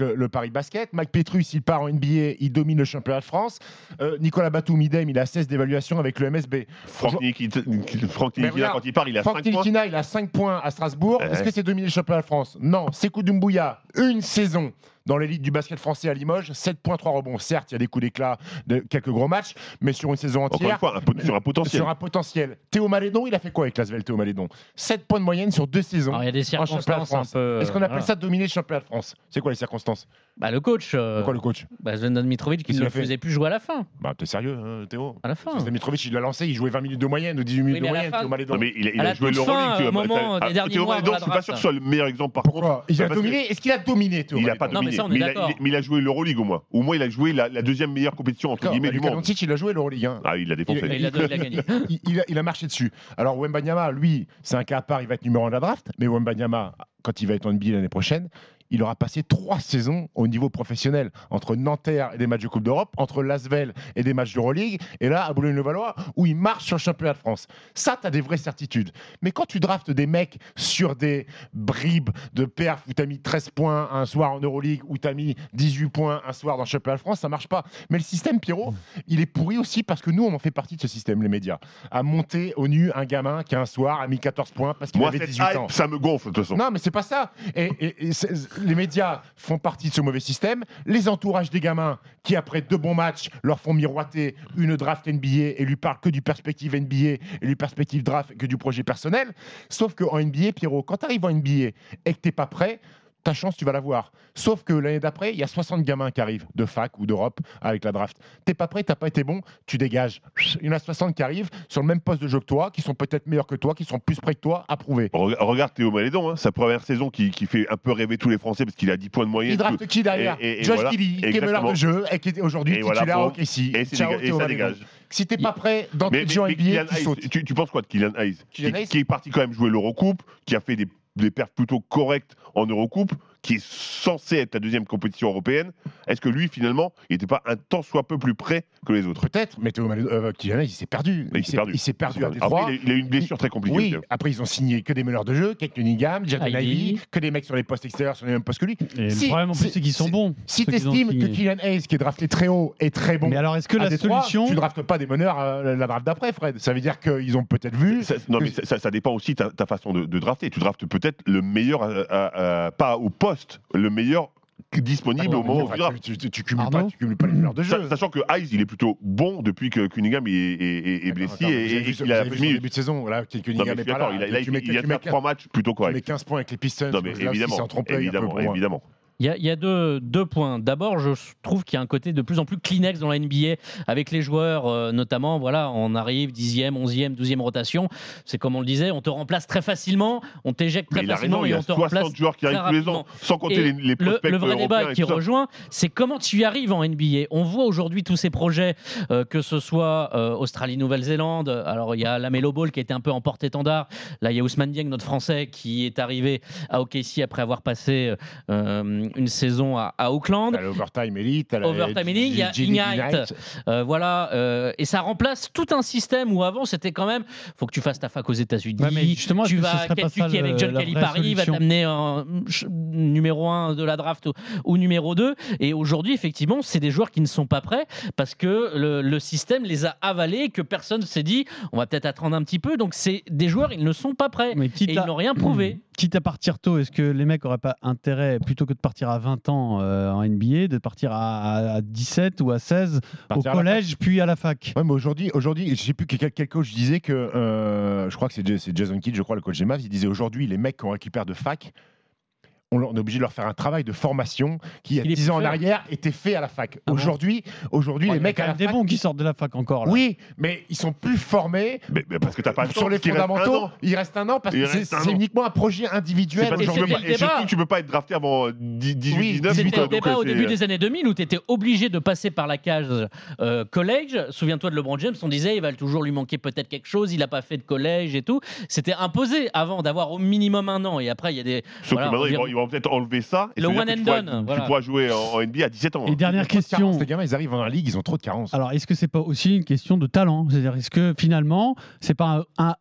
Paris Basket. Mike Petrus, il part en N B A, il domine le championnat de France. Euh, Nicolas Batum, idem, il a seize d'évaluation avec le M S B. Franck Ntilikina, quand il part, il a Franck cinq points. Ntilikina, il a cinq points à Strasbourg. Ouais. Est-ce que c'est dominer le championnat de France? Non. Sekou Doumbouya, une saison dans l'élite du basket français à Limoges, sept points, trois rebonds. Certes, il y a des coups d'éclat de quelques gros matchs, mais sur une saison entière. Encore une fois, un pot- sur un potentiel. Sur un potentiel. Théo Malédon, il a fait quoi avec l'Asvel, Théo Malédon? sept points de moyenne sur deux saisons. Alors, il y a des en championnat de circonstances un France. peu. Est-ce qu'on appelle voilà. ça dominer le championnat de France? C'est quoi les circonstances? Bah, le coach. euh, Quoi le coach? bah, Zvezdan Mitrovic qui Qu'est-ce ne qu'il le a fait faisait plus jouer à la fin. Bah, t'es sérieux, hein, Théo? À la fin. Parce que Mitrovic, il l'a lancé, il jouait vingt minutes de moyenne ou dix-huit minutes Oui, mais de à la moyenne, fin- Théo Malédon. Non, mais il a, il À a la joué toute l'Euroleague. fin, tu vois, au moment bah, des derniers Théo mois Malédon, avant je suis la pas sûr que ce draft. soit le meilleur exemple par Pourquoi contre. Il a Parce que dominé. Est-ce qu'il a dominé, Théo Il n'a Malédon? pas Non, mais dominé. ça, on est il, a, d'accord. il- mais il a joué l'Euroleague au moins. Au moins, il a joué la, la deuxième meilleure compétition entre D'accord, guillemets bah, du Luka monde. Doncic, il a joué l'Euroleague. Hein. Ah, il l'a défoncé. Il a, il a gagné. il, il a, il a marché dessus. Alors Wembanyama, lui, c'est un cas à part, il va être numéro un de la draft, mais Wembanyama, quand il va être en N B A l'année prochaine, il aura passé trois saisons au niveau professionnel, entre Nanterre et des matchs de Coupe d'Europe, entre Lasvel et des matchs d'Euroleague, et là, à Boulogne-le-Valois, où il marche sur le championnat de France. Ça, tu as des vraies certitudes. Mais quand tu draftes des mecs sur des bribes de perf où tu as mis treize points un soir en Euroleague, où tu as mis dix-huit points un soir dans le championnat de France, ça marche pas. Mais le système, Pierrot, il est pourri aussi parce que nous, on en fait partie de ce système, les médias. À monter au nu un gamin qui, un soir, a mis quatorze points parce qu'il Moi, avait cette dix-huit ans. hype, ça me gonfle de toute façon. Non, mais c'est pas ça. Et, et- et c'est- les médias font partie de ce mauvais système. Les entourages des gamins qui, après deux bons matchs, leur font miroiter une draft N B A et lui parlent que du perspective N B A et du perspective draft que du projet personnel. Sauf qu'en N B A, Pierrot, quand tu arrives en N B A et que t'es pas prêt, ta chance, tu vas l'avoir. Sauf que l'année d'après, il y a soixante gamins qui arrivent de fac ou d'Europe avec la draft. T'es pas prêt, t'as pas été bon, tu dégages. Il y en a soixante qui arrivent sur le même poste de jeu que toi, qui sont peut-être meilleurs que toi, qui sont plus près que toi, à prouver. Re- Regarde Théo Malédon, hein, sa première saison qui, qui fait un peu rêver tous les Français parce qu'il a dix points de moyenne. Il draft qui derrière? Et- et- et Josh voilà. Giddy, qui est Exactement. meneur de jeu et qui est aujourd'hui Et voilà, titulaire bon. au K C. Et c'est Ciao, déga- et Théo ça Malédon. dégage. Si t'es pas prêt d'entrer Mais, de jeu en mais N B A, Kylian tu Hayes, sautes. tu, tu penses quoi de Kylian Hayes qui, Kylian Hayes qui est parti quand même jouer l'Eurocoupe, qui a fait des, des perfs plutôt correctes en Eurocoupe, qui est censé être la deuxième compétition européenne. Est-ce que lui, finalement, il n'était pas un tant soit peu plus près que les autres? Peut-être, mais Théo Malédon, euh, Kylian Hayes, il s'est perdu. Mais il s'est perdu. Il s'est perdu à Après, Détroit. il a, il a eu une blessure très compliquée. Oui, aussi. après ils ont signé que des meneurs de jeu, Kate Cunningham, Jaden Ivy. Ivey, que des mecs sur les postes extérieurs sur les mêmes postes que lui. Et Si, le problème en plus, c'est- c'est qu'ils sont c'est- bons. Si ceux qu'ils ont t'estimes que signés. Kylian Hayes, qui est drafté très haut, est très bon, Mais alors, est-ce que à la Détroit, solution. tu draftes pas des meneurs à la draft d'après, Fred. Ça veut dire qu'ils ont peut-être vu. Ça- non, que- mais ça, ça- ça dépend aussi de ta, ta façon de, de drafter. Tu draftes peut-être le meilleur, euh, euh, pas au poste, le meilleur disponible au moment où Enfin, tu draftes. tu, tu, tu cumules Arnaud pas, tu cumules pas les meneurs de jeu. Sa- Sachant que Hayes, il est plutôt bon depuis que Cunningham est, est- est- est blessé Attends, et, vous avez et vu- qu'il vous a avez plus vu de son minutes. début de saison, là, Non, mais Cunningham je est suis pas d'accord, là. il a, il a- Tu mets- il a tu mets fait trois matchs plutôt Tu mets corrects. quinze points avec les Pistons. Non, mais Là aussi, évidemment, c'est en trompe-l'œil, un peu évidemment, pour moi. évidemment. Il y a, il y a deux, deux points. D'abord, je trouve qu'il y a un côté de plus en plus Kleenex dans la N B A avec les joueurs, euh, notamment. Voilà, on arrive dixième, onzième, douzième rotation. C'est comme on le disait, on te remplace très facilement, on t'éjecte très Mais il a facilement raison, il et y on a te remplace soixante joueurs qui très arrivent tous les ans, rapidement. sans compter Et les, les le, prospects le vrai débat européens et qui tout ça. rejoint, c'est comment tu y arrives en N B A. On voit aujourd'hui tous ces projets, euh, que ce soit euh, Australie-Nouvelle-Zélande. Alors, il y a la Melo Ball qui a été un peu en porte-étendard. Là, il y a Ousmane Dieng, notre Français, qui est arrivé à O K C après avoir passé euh, une saison à, à Auckland. T'as l'Overtime Elite, t'as la Overtime Elite, il y a G League Ignite. Ignite. Euh, voilà, euh, et ça remplace tout un système où avant c'était quand même, faut que tu fasses ta fac aux États-Unis. Ouais, mais justement, tu est-ce que ce vas serait pas Kentucky ça avec le- John la vraie Calipari, va solution t'amener en ch- numéro un de la draft ou, ou numéro deux. Et aujourd'hui, effectivement, c'est des joueurs qui ne sont pas prêts parce que le, le système les a avalés, que personne s'est dit, on va peut-être attendre un petit peu. Donc c'est des joueurs, ils ne sont pas prêts Mais et quitte ils à- n'ont rien prouvé. Quitte à partir tôt, est-ce que les mecs n'auraient pas intérêt, plutôt que de partir à vingt ans euh, en N B A, de partir à, à dix-sept ou à seize au Partir à la collège, puis à la fac? Ouais, mais aujourd'hui, aujourd'hui, je sais plus quel, quel coach disait que, euh, je crois que c'est, c'est Jason Kidd, je crois, le coach des Mavs, il disait aujourd'hui, les mecs qu'on récupère de fac, on, leur- on est obligé de leur faire un travail de formation qui, il y a Il est dix plus ans en fait. arrière, était fait à la fac. Ah bon aujourd'hui, aujourd'hui Oh, les il y a mecs quand à la même des fac, bons qui sortent de la fac encore là. oui, mais ils sont plus formés. Mais, mais parce que t'as pas le temps, Sur les parce qu'il reste un fondamentaux, an. il reste un an parce Il que c'est, reste un c'est an. uniquement un projet C'est individuel. parce que tu c'était peux aujourd'hui. pas- le et surtout, débat. tu peux pas être drafté avant dix-huit Oui, dix-neuf. C'était quoi, le donc, débat au c'est- début des années deux mille où tu étais obligé de passer par la cage euh, collège. Souviens-toi de LeBron James, on disait il va toujours lui manquer peut-être quelque chose, il n'a pas fait de collège et tout. C'était imposé avant d'avoir au minimum un an. Et après, il y a des. Sauf voilà, que maintenant, on ils vient- vont, ils vont peut-être enlever ça. et Le ça veut dire one que and tu pourras- done, Tu voilà. pourras jouer en, en N B A à dix-sept ans. Et dernière Trop de question. carences, les gamins, ils arrivent dans la ligue, ils ont trop de carences. Alors, est-ce que c'est pas aussi une question de talent? C'est-à-dire, est-ce que finalement, c'est pas un, un-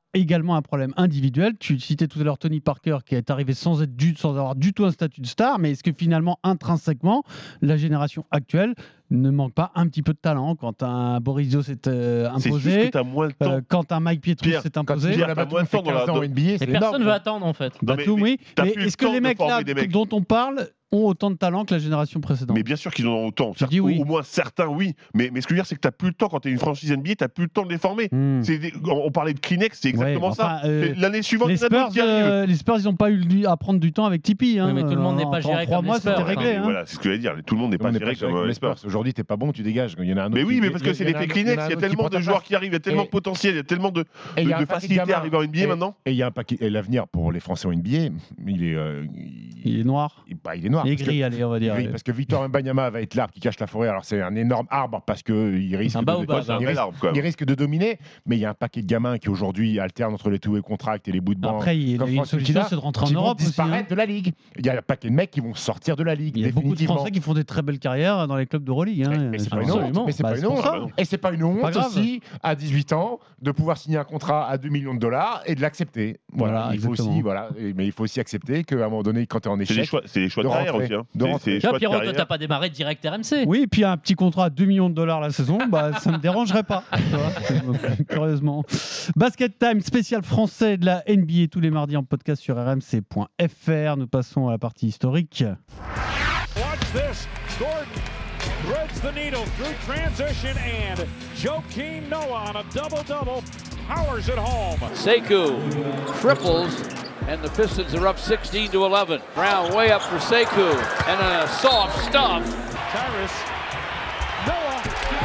également un problème individuel. Tu citais tout à l'heure Tony Parker qui est arrivé sans être du, sans avoir du tout un statut de star, mais est-ce que finalement, intrinsèquement, la génération actuelle ne manque pas un petit peu de talent quand un Boris Dio s'est euh, imposé, c'est juste que t'as moins de temps. euh, quand un Mike Pietrus Pierre, s'est quand imposé. Pierre, t'as moins de temps dans la en N B A, Et c'est personne énorme. veut attendre en fait. Non, Batum, mais- oui. t'as Mais plus le est-ce que temps les de mecs former là des mecs. dont on parle ont autant de talent que la génération précédente? Mais bien sûr qu'ils en ont autant. Tu dis Au- oui. Au moins certains, oui. Mais, mais ce que je veux dire, c'est que tu n'as plus le temps quand tu es une franchise N B A, tu n'as plus le temps de les former. Hmm. C'est des- on, on parlait de Kleenex, c'est exactement Ouais, ça. enfin, euh, C'est- L'année suivante, Les il y en a Spurs, d'autres qui arrivent. euh, les Spurs, ils n'ont pas eu du- à prendre du temps avec Tipeee. Hein. Oui, mais tout le monde n'est pas En- géré en trois comme les mois, Spurs, c'était enfin. réglé. Mais hein. Voilà, c'est ce que je veux dire. Tout le monde n'est On pas n'est géré pas comme comme les les Spurs. Spurs. Aujourd'hui, t'es pas bon, tu dégages. Il y en a un autre. Mais oui, qui- mais parce que il y c'est en a un l'effet autre- Kleenex. en Il y a autre qui tellement prend de ta joueurs place. qui arrivent, il y a tellement Et- de potentiel, il y a tellement de, Et il y de, a un de paquet de facilité gamins. à arriver en N B A Et- maintenant. Et il y a un paquet. Et l'avenir pour les Français en N B A, il est. euh, Il est noir. il- bah, il est noir. Il est parce que- gris, allez, on va dire. gris, parce que Victor Wembanyama va être l'arbre qui cache la forêt. Alors c'est un énorme arbre parce que il risque, Un de, baobab, C'est un il bel risque- arbre, quand il même. risque de dominer. Mais il y a un paquet de gamins qui aujourd'hui alternent entre les two-way contracts et les bouts de banc. Après, il y a comme une Franck solution, Ntilikina, c'est de rentrer en qui vont Europe aussi. disparaître hein. de la ligue. Il y a un paquet de mecs qui vont sortir de la ligue. Il y a beaucoup de définitivement. Français qui font des très belles carrières dans les clubs d'Euroleague. Hein. Mais c'est pas une honte. Absolument. Mais c'est Bah, pas c'est une pour honte. ça. Et c'est pas une honte Pas grave. aussi à dix-huit ans de pouvoir signer un contrat à deux millions de dollars et de l'accepter. Voilà, Voilà, il faut exactement. aussi, voilà. Et- Mais il faut aussi accepter qu'à un moment donné, quand tu es en C'est les échec, choix, c'est les choix de de carrière rentrer, aussi. hein. de C'est- rentrer. c'est les Tiens, choix de Pierrot, toi, carrière. t'as pas démarré direct R M C. Oui, et puis un petit contrat à deux millions de dollars la saison, bah, ça me dérangerait pas. tu vois, curieusement. Basket Time, spécial français de la N B A tous les mardis en podcast sur r m c point f r. Nous passons à la partie historique. Watch this. Gordon threads the needle through transition and Joakim Noah on a double-double powers it home. Sekou triples, and the Pistons are up sixteen to eleven. Brown way up for Sekou, and a soft stuff. Tyrus, Noah,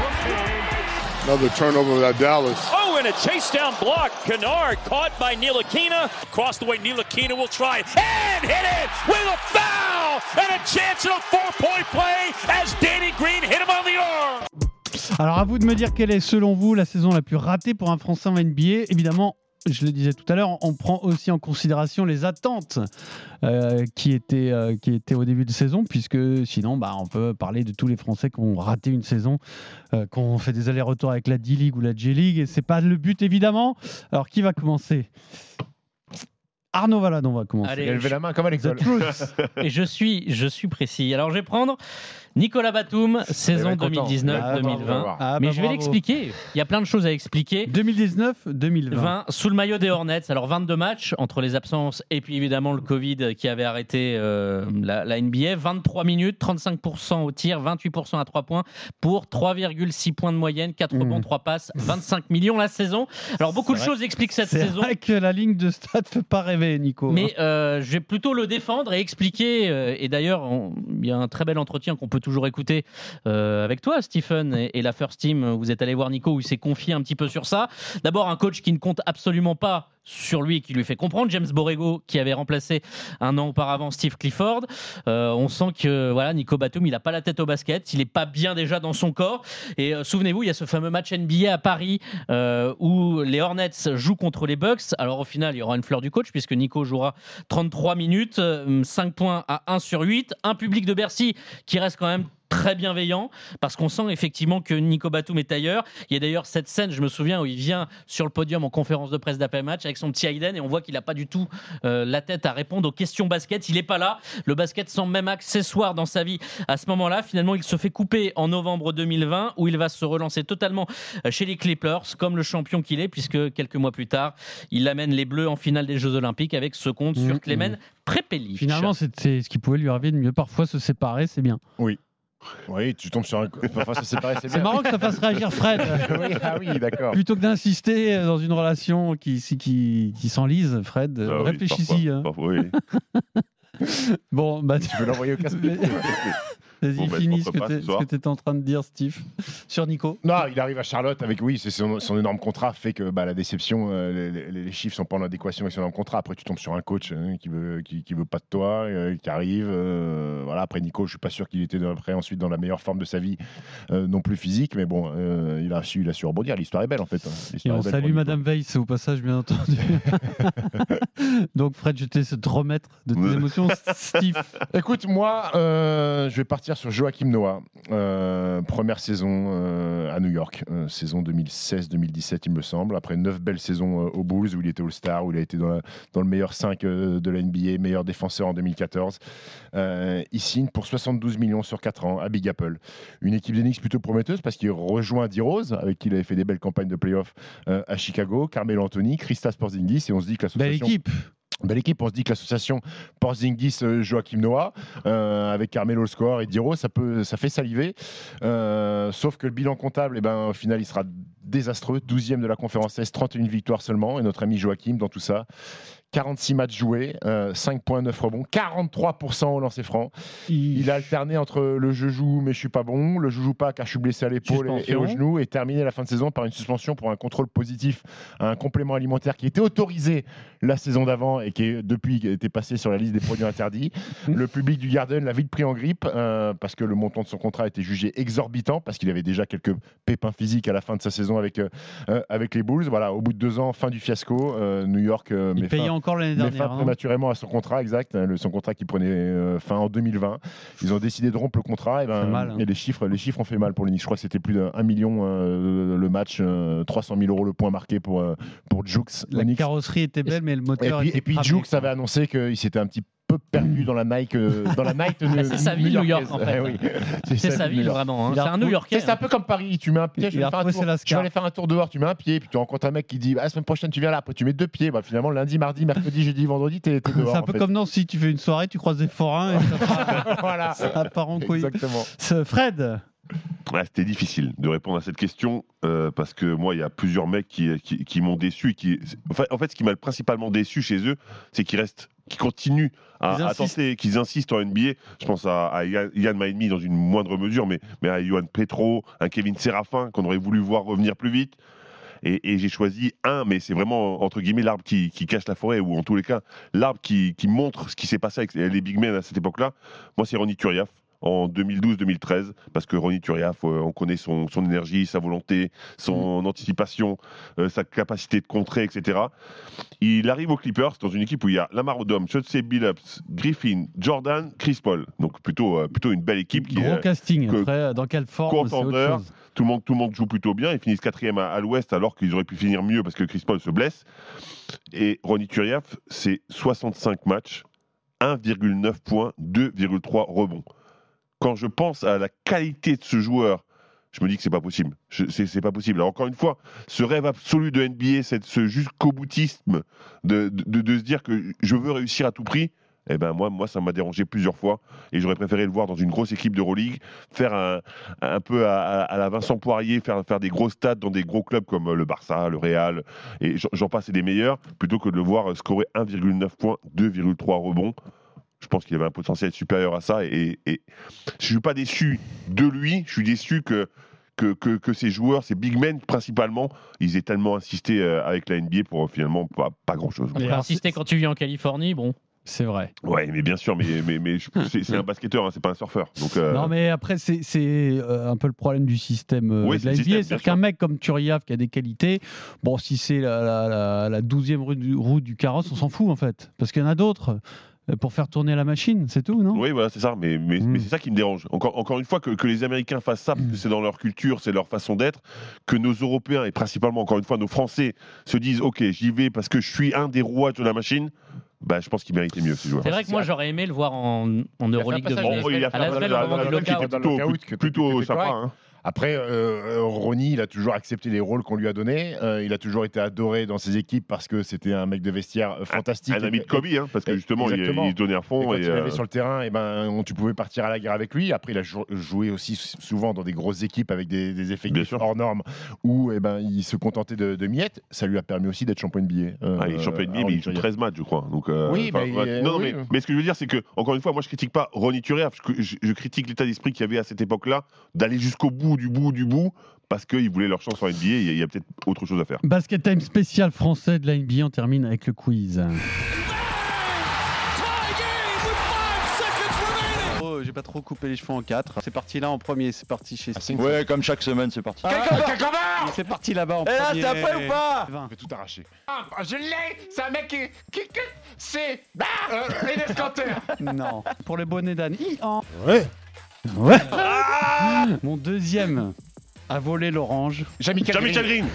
Another turnover at Dallas. Oh, and a chase down block. Kennard caught by Ntilikina. Across the way, Ntilikina will try it and hit it with a foul and a chance at a four-point play as Danny Green hit him on the arm. Alors à vous de me dire quelle est selon vous la saison la plus ratée pour un Français en N B A. Évidemment, je le disais tout à l'heure, on prend aussi en considération les attentes euh, qui, étaient, euh, qui étaient au début de saison, puisque sinon bah, on peut parler de tous les Français qui ont raté une saison, euh, qui ont fait des allers-retours avec la D-League ou la J-League, et c'est pas le but évidemment. Alors qui va commencer ? Arnaud Valadon va commencer. Allez, il a levé la main comme à The l'école. Truth. Et je suis, je suis précis. Alors je vais prendre Nicolas Batum, saison Il va être content. deux mille dix-neuf Ah, deux mille vingt. bravo. Ah, Mais bah, je vais bravo. l'expliquer. Il y a plein de choses à expliquer. deux mille dix-neuf deux mille vingt. vingt sous le maillot des Hornets. Alors vingt-deux matchs entre les absences et puis évidemment le Covid qui avait arrêté euh, la, la N B A. vingt-trois minutes, trente-cinq pour cent au tir, vingt-huit pour cent à trois points pour trois virgule six points de moyenne, quatre rebonds, Mmh. trois passes, vingt-cinq millions la saison. Alors beaucoup de C'est choses expliquent cette C'est saison. vrai que la ligne de stade fait pas rêver, Nico. Mais euh, je vais plutôt le défendre et expliquer. euh, et d'ailleurs, on- il y a un très bel entretien qu'on peut toujours écouter euh, avec toi, Stephen, et, et la First Team. Vous êtes allé voir Nico où il s'est confié un petit peu sur ça. D'abord, un coach qui ne compte absolument pas sur lui et qui lui fait comprendre. James Borrego, qui avait remplacé un an auparavant Steve Clifford. Euh, on sent que voilà, Nico Batum, il n'a pas la tête au basket. Il n'est pas bien déjà dans son corps. Et euh, souvenez-vous, il y a ce fameux match N B A à Paris euh, où les Hornets jouent contre les Bucks. Alors au final, il y aura une fleur du coach puisque Nico jouera trente-trois minutes, euh, cinq points à un sur huit. Un public de Bercy qui reste quand même très bienveillant parce qu'on sent effectivement que Nico Batum est ailleurs. Il y a d'ailleurs cette scène, je me souviens, où il vient sur le podium en conférence de presse d'après-match avec son petit Hayden et on voit qu'il n'a pas du tout euh, la tête à répondre aux questions basket. Il n'est pas là. Le basket semble même accessoire dans sa vie à ce moment-là. Finalement, il se fait couper en novembre deux mille vingt où il va se relancer totalement chez les Clippers comme le champion qu'il est puisque quelques mois plus tard, il amène les Bleus en finale des Jeux Olympiques avec ce compte Mmh, sur Klemen Prepelic. Finalement, c'est c'est ce qui pouvait lui arriver de mieux. Parfois, se séparer, c'est bien. Oui, tu tombes sur un. Enfin, ça, c'est pareil, c'est C'est bien. marrant que ça fasse réagir Fred. Oui, ah oui, d'accord. Plutôt que d'insister dans une relation qui, qui, qui s'enlise, Fred, Ah oui, réfléchis-y. parfois, hein. parfois, oui. Bon, bah, tu Tu veux l'envoyer au casse Mais- Vas-y, Bon, bah, finis ce pourquoi que pas, ce soir. tu étais en train de dire, Steve, sur Nico. Non, il arrive à Charlotte avec, oui, c'est son, son énorme contrat fait que bah, la déception, euh, les, les- les chiffres sont pas en adéquation avec son énorme contrat. Après, tu tombes sur un coach hein, qui veut, qui, qui veut pas de toi, euh, qui arrive. euh, voilà. Après, Nico, je suis pas sûr qu'il était après ensuite dans la meilleure forme de sa vie, euh, non plus physique, mais bon, euh, il a su, il a su rebondir. L'histoire est belle en fait. hein. Et L'histoire on est belle salue pour Nico. Madame Weiss au passage, bien entendu. Donc, Fred, je te laisse te remettre de tes Ouais. émotions. Steve. Écoute, moi, euh, je vais partir partir sur Joachim Noah. Euh, première saison euh, à New York, euh, saison deux mille seize deux mille dix-sept, il me semble. Après neuf belles saisons euh, aux Bulls, où il était All-Star, où il a été dans, la, dans le meilleur cinq euh, de la N B A, meilleur défenseur en deux mille quatorze. Euh, il signe pour soixante-douze millions sur quatre ans à Big Apple. Une équipe d'Enix plutôt prometteuse parce qu'il rejoint D-Rose, avec qui il avait fait des belles campagnes de playoffs euh, à Chicago, Carmelo Anthony, Kristaps Porzingis, et on se dit que l'association... Belle équipe. Belle équipe, on se dit que l'association Porzingis-Joachim Noah, euh, avec Carmelo le score et Diro, ça, peut, ça fait saliver. Euh, sauf que le bilan comptable, eh ben, au final, il sera désastreux. douzième de la conférence Est, trente et une victoires seulement. Et notre ami Joachim, dans tout ça, quarante-six matchs joués, euh, cinq virgule neuf rebonds, quarante-trois pour cent au lancer franc. Il... il a alterné entre le je joue mais je suis pas bon, le je joue pas car je suis blessé à l'épaule et, et au genou, et terminé la fin de saison par une suspension pour un contrôle positif à un complément alimentaire qui était autorisé la saison d'avant et qui est, depuis était passé sur la liste des produits interdits. Le public du Garden l'a vite pris en grippe euh, parce que le montant de son contrat a été jugé exorbitant parce qu'il avait déjà quelques pépins physiques à la fin de sa saison avec, euh, avec les Bulls. Voilà, au bout de deux ans, fin du fiasco, euh, New York euh, il payait encore l'année dernière. Mais fin prématurément à son contrat, exact. Hein, le, son contrat qui prenait euh, fin en deux mille vingt. Ils ont décidé de rompre le contrat. Et, ben, mal, hein. et les, chiffres, les chiffres ont fait mal pour les Knicks. Je crois que c'était plus d'un million euh, le match, euh, trois cent mille euros le point marqué pour, euh, pour Jukes. La carrosserie était belle, mais le moteur et puis, était Et puis Jukes avait annoncé qu'il s'était un petit peu perdu dans la Nike. Euh, dans la Nike bah, c'est sa vie, New York, en fait. Eh oui. C'est, c'est sa vie, vraiment. Hein. C'est un New Yorkais. C'est un peu comme Paris. Tu mets un pied, je vais, faire un tour, je vais aller faire un tour dehors, tu mets un pied, puis tu rencontres un mec qui dit ah, la semaine prochaine, tu viens là. Après, tu mets deux pieds. Bah, finalement, lundi, mardi, mercredi, jeudi, vendredi, t'es, t'es dehors. C'est un peu fait. comme non, si tu fais une soirée, tu croises des forains et ça part, voilà. ça part en couille. Exactement. Fred. Ouais, c'était difficile de répondre à cette question euh, parce que moi, il y a plusieurs mecs qui, qui, qui m'ont déçu. Et qui... Enfin, en fait, ce qui m'a principalement déçu chez eux, c'est qu'ils restent, qu'ils continuent à, à tenter, qu'ils insistent en N B A. Je pense à, à Ian Mahinmi dans une moindre mesure, mais, mais à Yohan Petro, un Kevin Séraphin qu'on aurait voulu voir revenir plus vite. Et, et j'ai choisi un, mais c'est vraiment, entre guillemets, l'arbre qui, qui cache la forêt, ou en tous les cas, l'arbre qui, qui montre ce qui s'est passé avec les big men à cette époque-là. Moi, c'est Ronny Turiaf. En deux mille douze deux mille treize, parce que Ronny Turiaf, euh, on connaît son, son énergie, sa volonté, son mmh. anticipation, euh, sa capacité de contrer, et cetera. Il arrive aux Clippers dans une équipe où il y a Lamar Odom, Chauncey Billups, Griffin, Jordan, Chris Paul. Donc plutôt, euh, plutôt une belle équipe. Qui, Gros euh, casting, que, après, dans quelle forme, c'est autre chose. Tout le monde, tout le monde joue plutôt bien. Ils finissent quatrième à, à l'Ouest alors qu'ils auraient pu finir mieux parce que Chris Paul se blesse. Et Ronny Turiaf, c'est soixante-cinq matchs, un virgule neuf points, deux virgule trois rebonds. Quand je pense à la qualité de ce joueur, je me dis que c'est pas possible. Je, c'est, c'est pas possible. Alors encore une fois, ce rêve absolu de N B A, c'est ce jusqu'au boutisme de, de, de se dire que je veux réussir à tout prix. Eh ben moi, moi, ça m'a dérangé plusieurs fois et j'aurais préféré le voir dans une grosse équipe d'Euroleague, faire un, un peu à, à la Vincent Poirier, faire, faire des gros stats dans des gros clubs comme le Barça, le Real, et j'en, j'en passe et des meilleurs, plutôt que de le voir scorer un virgule neuf points, deux virgule trois rebonds. Je pense qu'il avait un potentiel supérieur à ça et, et je suis pas déçu de lui, je suis déçu que que, que, que ces joueurs, ces big men principalement, ils aient tellement insisté avec la N B A pour finalement pas, pas grand chose. Après, insister quand tu vis en Californie, bon. C'est vrai. Ouais, mais bien sûr, mais, mais, mais c'est, c'est un basketteur, hein, c'est pas un surfeur. Donc, euh... Non, mais après, c'est, c'est un peu le problème du système euh, oui, de la N B A. Système, c'est-à-dire qu'un mec comme Turiaf qui a des qualités, bon, si c'est la, la, la, la douzième roue du, roue du carrosse, on s'en fout en fait. Parce qu'il y en a d'autres. Pour faire tourner la machine, c'est tout, non ? Oui, voilà, c'est ça. Mais, mais, mmh. mais c'est ça qui me dérange. Encore, encore une fois, que, que les Américains fassent ça, parce que c'est dans leur culture, c'est leur façon d'être, que nos Européens, et principalement, encore une fois, nos Français, se disent « Ok, j'y vais parce que je suis un des rouages de la machine », bah, je pense qu'il méritait mieux, ce joueur. C'est vrai que moi, j'aurais aimé le voir en, en Euroleague de oh, il a fait un passage plutôt sympa, hein. Après, euh, Ronny, il a toujours accepté les rôles qu'on lui a donnés. Euh, il a toujours été adoré dans ses équipes parce que c'était un mec de vestiaire fantastique. Un, un ami de Kobe, hein, parce que justement, il, il se donnait à fond. Et quand et il euh... allait sur le terrain, et ben, on, tu pouvais partir à la guerre avec lui. Après, il a joué aussi souvent dans des grosses équipes avec des, des effectifs hors normes où et ben, il se contentait de, de miettes. Ça lui a permis aussi d'être champion N B A. Euh, ah, il est champion N B A, mais il joue treize matchs, je crois. Donc, euh, oui, mais, ouais. non, oui. mais, mais ce que je veux dire, c'est que, encore une fois, moi, je critique pas Ronny Turiaf. Je, je, je critique l'état d'esprit qu'il y avait à cette époque-là, d'aller jusqu'au bout du bout du bout. Parce qu'ils voulaient leur chance en N B A, il y a peut-être autre chose à faire. Basket Time spécial français de la N B A, on termine avec le quiz. Oh, j'ai pas trop coupé les cheveux en quatre. C'est parti là en premier, c'est parti chez Steve. Ouais, comme chaque semaine, c'est parti. Ah, c'est parti là-bas en Et premier. Et là, c'est après ou pas? On fait tout arracher. Ah, je l'ai. C'est un mec qui... qui, qui c'est... Ah, euh, Enes Kanter. Non. Pour le bonnet d'Anne. Ouais. Ouais. Mon deuxième a volé l'orange. Jean-Michel Green.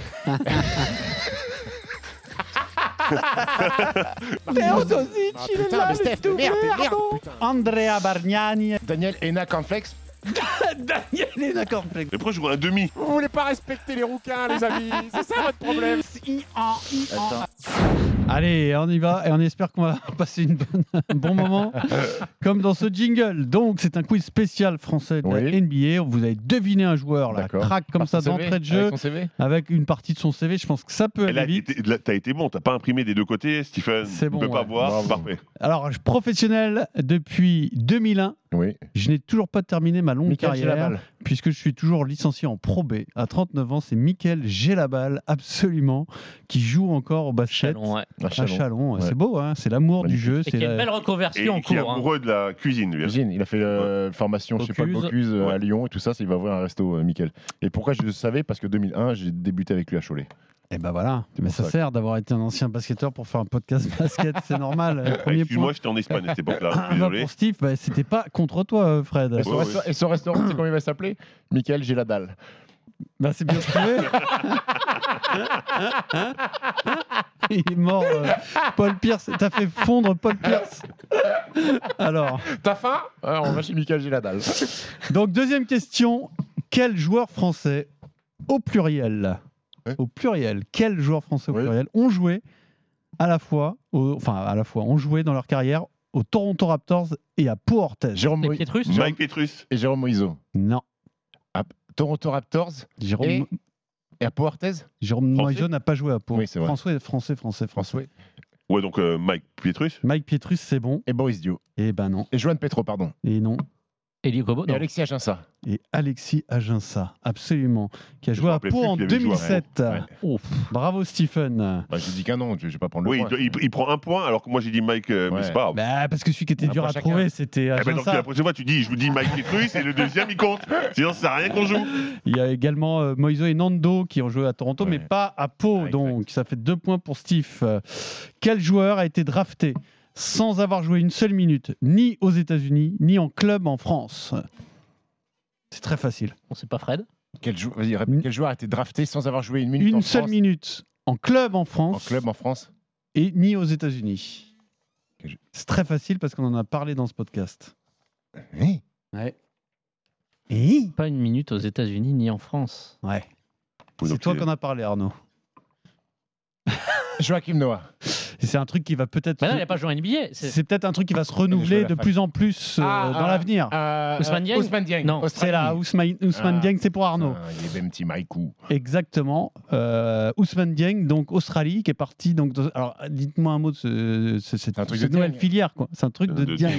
Teodosic, Ah, il est putain, là, mais le Steph, tout merde, vert, merde, non. putain. Andrea Bargnani. Daniel Ena Cornflex. Daniel est d'accord. Mais pourquoi je joue un demi? Vous voulez pas respecter les rouquins, les amis. C'est ça votre problème. Attends. Allez, on y va et on espère qu'on va passer une bonne, un bon moment comme dans ce jingle. Donc, c'est un quiz spécial français de la Oui. N B A. Vous avez deviné un joueur, là, D'accord. craque comme Par ça son C V, d'entrée de jeu avec son C V. avec une partie de son C V. Je pense que ça peut Et là, aller vite. t'es- là, t'as été bon, t'as pas imprimé des deux côtés, Stephen. C'est Tu bon, peux pas ouais. voir, Bravo. parfait. Alors, je- professionnel depuis deux mille un. Oui. Je n'ai toujours pas terminé ma longue Michael carrière Gelabal. puisque je suis toujours licencié en Pro B. À trente-neuf ans, c'est Mickaël Gelabal, absolument, qui joue encore au basket Chalon, ouais. À à Chalon. Chalon. Ouais. C'est beau, hein, c'est l'amour du Magnifique. jeu. Et C'est qui a une la- belle reconversion en Et qui est cours. hein. amoureux de la cuisine, lui. Cuisine, il a fait euh, formation chez Paul Bocuse. Bocuse euh, Ouais. à Lyon et tout ça, il va ouvrir un resto, euh, Mickaël. Et pourquoi je le savais? Parce que deux mille un, j'ai débuté avec lui à Cholet. Eh ben voilà, mais ça ça. sert d'avoir été un ancien basketteur pour faire un podcast basket, c'est normal. Le Premier Excuse-moi, point. j'étais en Espagne à cette époque-là. Ah, bah, Désolé. pour Steve, bah, c'était pas contre toi, euh, Fred. Et son, Ouais, resto- et son restaurant, tu sais comment il va s'appeler? Mickaël, j'ai la dalle. Bah, c'est bien trouvé. Il est mort, euh, Paul Pierce. T'as fait fondre Paul Pierce. Alors, T'as faim? Alors, on va chez Mickaël, j'ai la dalle. donc deuxième question. Quel joueur français, au pluriel, Ouais. au pluriel, quel joueur français au Ouais. pluriel ont joué à la fois, au- enfin à la fois, ont joué dans leur carrière aux Toronto Raptors et à Pau Orthez? Jérôme, Les Mo- Pietrus Mike Petrus. et Jérôme Moïseau. Non. Toronto Raptors Jérôme, et, et à Pau Orthez? Jérôme Français Moïseau n'a pas joué à Pau. Oui, c'est vrai. Français, français, français, français. François Ouais, donc euh, Mike Petrus. Mike Pietrus, c'est bon. et Boris Dio. Eh ben non. Et Joanne Petro, pardon. Et non. Elie Kobo, Et non. Alexis Aginsa. Et Alexis Aginsa, absolument, qui a Je joué me à rappelais Pau plus en qu'il avait joué à Pau. deux mille sept. Ouais. Ouf, bravo Stephen. Bah, j'ai dit qu'un nom, je je vais pas prendre le Oui, point. il, il- il prend un point, alors que moi j'ai dit Mike, euh, mais Ouais. c'est pas grave. Bah, parce que celui qui était Un dur point à chacun. trouver, c'était Eh ben, donc Aginsa. la prochaine fois, tu dis, je vous dis Mike Petrus et le deuxième il compte. Sinon, ça sert à rien qu'on joue. Il y a également euh, Moïse et Nando qui ont joué à Toronto, Ouais. mais pas à Pau. Ouais, donc, ça fait deux points pour Steve. Euh, Quel joueur a été drafté sans avoir joué une seule minute, ni aux États-Unis, ni en club en France? C'est très facile. Bon, c'est pas Fred. Quel, jou- vas-y, répète, quel joueur a été drafté sans avoir joué une minute Une en seule France, minute en club en en France club en France? et ni aux États-Unis. Quel jou- C'est très facile parce qu'on en a parlé dans ce podcast. Oui. Ouais. Et Pas une minute aux États-Unis ni en France. ouais. Oui, C'est donc, toi c'est- qu'on a parlé, Arnaud. Joachim Noah. Et c'est un truc qui va peut-être. Bah non, il n'a pas joué en N B A. C'est C'est peut-être un truc qui va se Il a joué renouveler à la de fac. plus en plus euh, Ah, dans ah, l'avenir. Euh, Ousmane euh, Dieng Ousmane Dieng. Non, Ousmane C'est là, Dieng. Ousmane, Ousmane Ah. Dieng, c'est pour Arnaud. Ah, il est un petit Maïkou. Exactement. Euh, Ousmane Dieng, donc Australie, qui est parti. Donc, de- alors, dites-moi un mot de ce, ce- cette, C'est un truc cette de nouvelle Dieng. filière, quoi. C'est un truc de, De Dieng.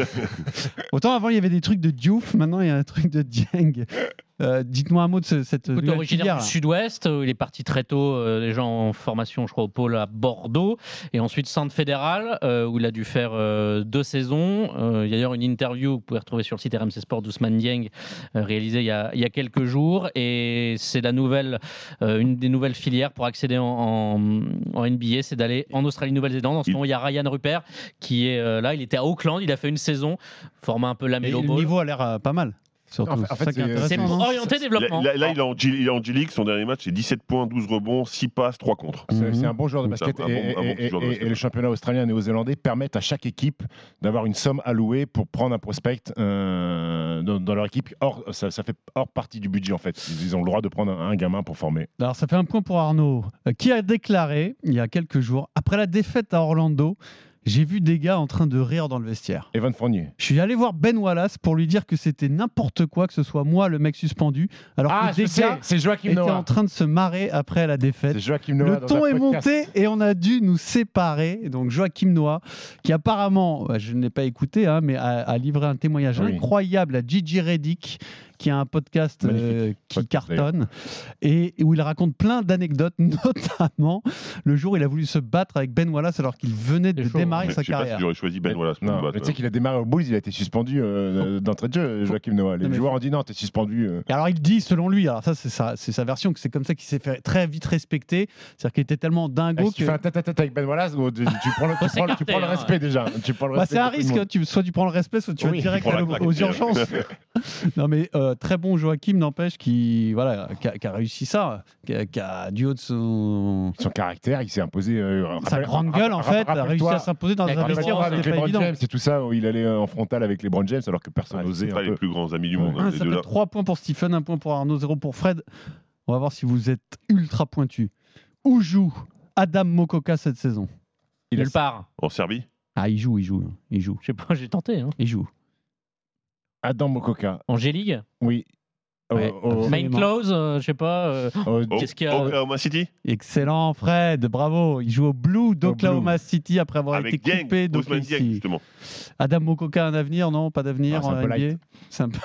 Autant avant, il y avait des trucs de Diouf, maintenant, il y a un truc de Dieng. Euh, dites-moi un mot de ce- cette Écoute, nouvelle originaire filière. du sud-ouest, où il est parti très tôt, euh, déjà en formation, je crois, au pôle à Bordeaux, et ensuite centre fédéral, euh, où il a dû faire euh, deux saisons. Euh, il y a d'ailleurs une interview que vous pouvez retrouver sur le site R M C Sport d'Ousmane Dieng, euh, réalisée il y, a, il y a quelques jours, et c'est la nouvelle, euh, une des nouvelles filières pour accéder en, en, en N B A, c'est d'aller en Australie-Nouvelle-Zélande. En ce Il- moment, il y a Ryan Rupert qui est euh, là, il était à Auckland, il a fait une saison, format un peu la Et Melo le Ball. niveau a l'air euh, pas mal. Surtout. En fait- en C'est fait, ça qui est c'est- intéressant, C'est non orienté développement. Là, là, il, est en G, il est en G-League, son dernier match, c'est dix-sept points, douze rebonds, six passes, trois contre. C'est Mhm. c'est un bon joueur de Donc, c'est basket. un- un et, bon- un bon et- joueur de et- basket. et le championnat australien et néo-zélandais permettent à chaque équipe d'avoir une somme allouée pour prendre un prospect euh, dans, dans leur équipe. Or, ça, ça fait hors partie du budget en fait. Ils ont le droit de prendre un, un gamin pour former. Alors, ça fait un point pour Arnaud, euh, qui a déclaré, il y a quelques jours, après la défaite à Orlando, j'ai vu des gars en train de rire dans le vestiaire. Evan Fournier. Je suis allé voir Ben Wallace pour lui dire que c'était n'importe quoi, que ce soit moi le mec suspendu, alors Ah, que je des sais, gars c'est Joachim étaient Noah. en train de se marrer après la défaite. C'est Joachim Noah. Le dans ton un est podcast. monté et on a dû nous séparer. Donc Joachim Noah, qui apparemment, bah, je ne l'ai pas écouté, hein, mais a, a livré un témoignage Oui. incroyable à Gigi Reddick, qui a un podcast euh, qui Podcast, cartonne et où il raconte plein d'anecdotes, notamment le jour où il a voulu se battre avec Ben Wallace alors qu'il venait de C'est chaud, démarrer Je sa sais pas carrière. si j'aurais choisi Ben Wallace pour Non, le mais battre. tu sais qu'il a démarré au Bulls, il a été suspendu euh, d'entrée de jeu, Joachim Noah. Les Non, mais joueurs faut- ont dit non, t'es suspendu. euh. Et alors il dit, selon lui, alors ça c'est sa, c'est sa version, que c'est comme ça qu'il s'est fait très vite respecter, c'est-à-dire qu'il était tellement dingo Est-ce que tu que... fais un tête-à-tête avec Ben Wallace ou tu, tu prends le, tu Faut prends le- tu s'écarter, prends le hein. respect déjà. Tu prends le Bah, respect c'est un de tout le risque, monde. tu, soit tu prends le respect, soit tu Oui, vas direct tu prends à la l'o- claque, aux c'est- urgences. Non mais euh, très bon Joachim n'empêche qui voilà qui a, qui a réussi ça, qui a, qui a du haut de son son caractère, il s'est imposé. Euh, sa rappel, grande gueule en fait, a réussi à s'imposer dans un vestiaire, avec les LeBron James, c'est tout ça où il allait en frontal avec les LeBron James alors que personne Ouais, n'osait. c'est pas un les peu. plus grands amis du monde. Ah, hein, les ça deux fait là. trois points pour Stephen, un point pour Arnaud, zéro pour Fred. On va voir si vous êtes ultra pointu. Où joue Adam Mokoka cette saison? Il Nulle part. En Serbie. Ah, il joue, il joue, il joue. Je sais pas, j'ai tenté. Hein. Il joue. Adam Mokoka. En G-League. Oui. Ouais, Oh, oh, Main close, euh, je sais pas. Euh, oh, Qu'est-ce qu'il y a Oklahoma City. Excellent, Fred, bravo. Il joue au Blue d'Oklahoma City après avoir Avec été Dieng, coupé Ousmane Dieng, d'O K C. justement. Adam Mokoka a un avenir? Non, pas d'avenir Ah, c'est un en peu N B A. light. C'est un peu,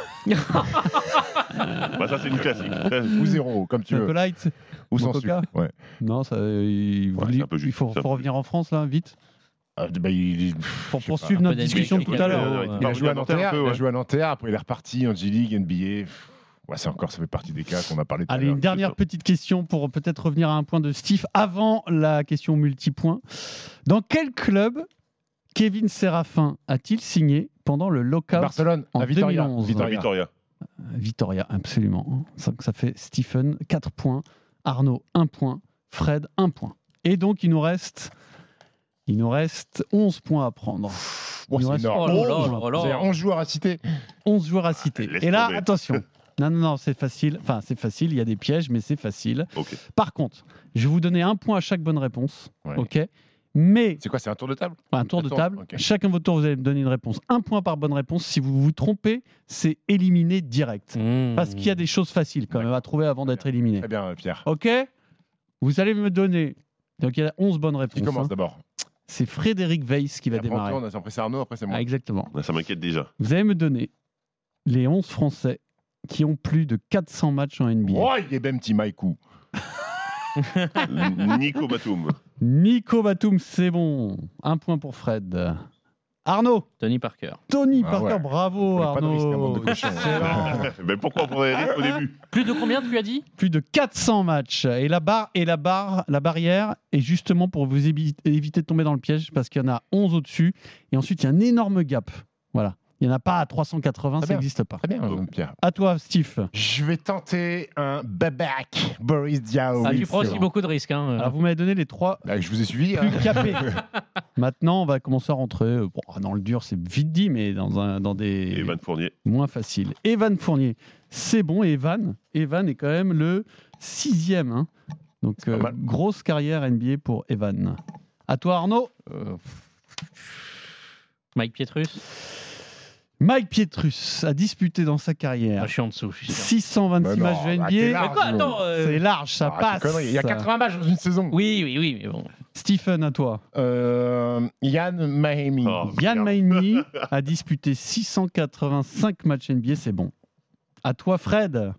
Bah, ça, c'est une classique. Ou zéro, comme tu c'est un peu veux. light. Ou sans Mokoka. sucre. Ouais. Non, ça, il, Ouais, c'est un peu il juste, faut, c'est un faut peu revenir en France là, vite, Ah, bah, il, pour je sais poursuivre pas, un notre peu discussion d'N B A tout à qui l'heure. a- Euh, Il a joué à Nanterre, Nanterre, un peu, il a ouais. joué à Nanterre, après il est reparti en G-League, N B A. Ouais, c'est encore, ça fait partie des cas qu'on a parlé tout à Allez, l'heure. une dernière petite question pour peut-être revenir à un point de Steve avant la question multipoint. Dans quel club Kevin Séraphin a-t-il signé pendant le lockout Barcelone, en à Vitoria. deux mille onze? Vitoria. Victoria. Vitoria, absolument. Ça, ça fait Stephen, quatre points. Arnaud, un point. Fred, un point. Et donc, il nous reste, il nous reste onze points à prendre. Oh, Il nous c'est reste énorme. Oh là là onze. là là. C'est onze joueurs à citer. onze joueurs à citer. Laisse Et là, tomber. attention. Non, non, non, c'est facile. Enfin, c'est facile. Il y a des pièges, mais c'est facile. Ok. Par contre, je vais vous donner un point à chaque bonne réponse. Ouais. OK? Mais C'est quoi, c'est un tour de table? un tour Un de tour, table. ok. Chacun de votre tour, vous allez me donner une réponse. Un point par bonne réponse. Si vous vous trompez, c'est éliminé direct. Mmh. Parce qu'il y a des choses faciles quand même à trouver avant d'être éliminé. Très bien, Pierre. OK? Vous allez me donner. Donc il y a onze bonnes réponses. Qui commence hein. d'abord? C'est Frédéric Weiss qui va Et après, on démarrer. tourne, après c'est Arnaud, après c'est moi. Ah, exactement. Ça m'inquiète déjà. Vous allez me donner les onze Français qui ont plus de quatre cents matchs en N B A. Oh, il est même petit Maïkou. Nico Batum. Nico Batum, c'est bon. Un point pour Fred. Arnaud. Tony Parker. Tony Ah Parker, ouais. bravo Prenez pas de risque, un Arnaud. bande de cochons. Excellent. Mais pourquoi on prendrait des risques au début? Plus de combien tu as dit? Plus de quatre cents matchs. Et la barre et la barre, la barrière est justement pour vous évi- éviter de tomber dans le piège parce qu'il y en a onze au-dessus. Et ensuite, il y a un énorme gap. Voilà. Il n'y en a pas à trois cent quatre-vingts, Très ça bien. n'existe pas. Très bien, Pierre. À toi, Steve. Je vais tenter un Babac, Boris Diaw. Ah, tu prends aussi beaucoup de risques. Hein. Alors, vous m'avez donné les trois Bah, je vous ai suivi. plus hein. capés. Maintenant, on va commencer à rentrer. euh, Bon, dans le dur, c'est vite dit, mais dans, un, dans des Et Evan Fournier. moins faciles. Evan Fournier, c'est bon. Evan, Evan est quand même le sixième. hein. Donc, pas euh, mal. grosse carrière N B A pour Evan. À toi, Arnaud. Euh, Mike Pietrus. Mike Pietrus a disputé dans sa carrière Ah, je suis en dessous. Je suis sûr. six cent vingt-six Bah non, matchs de N bah, t'es B A. large, Mais quoi, non. attends, euh, C'est large, ça Ah, passe. quelle connerie. Il y a quatre-vingts matchs dans une saison. Oui, oui, oui, mais bon. Stephen, à toi. Euh, Yann Mahemi. Oh, Yann merde. Maini a disputé six cent quatre-vingt-cinq matchs N B A, c'est bon. À toi, Fred.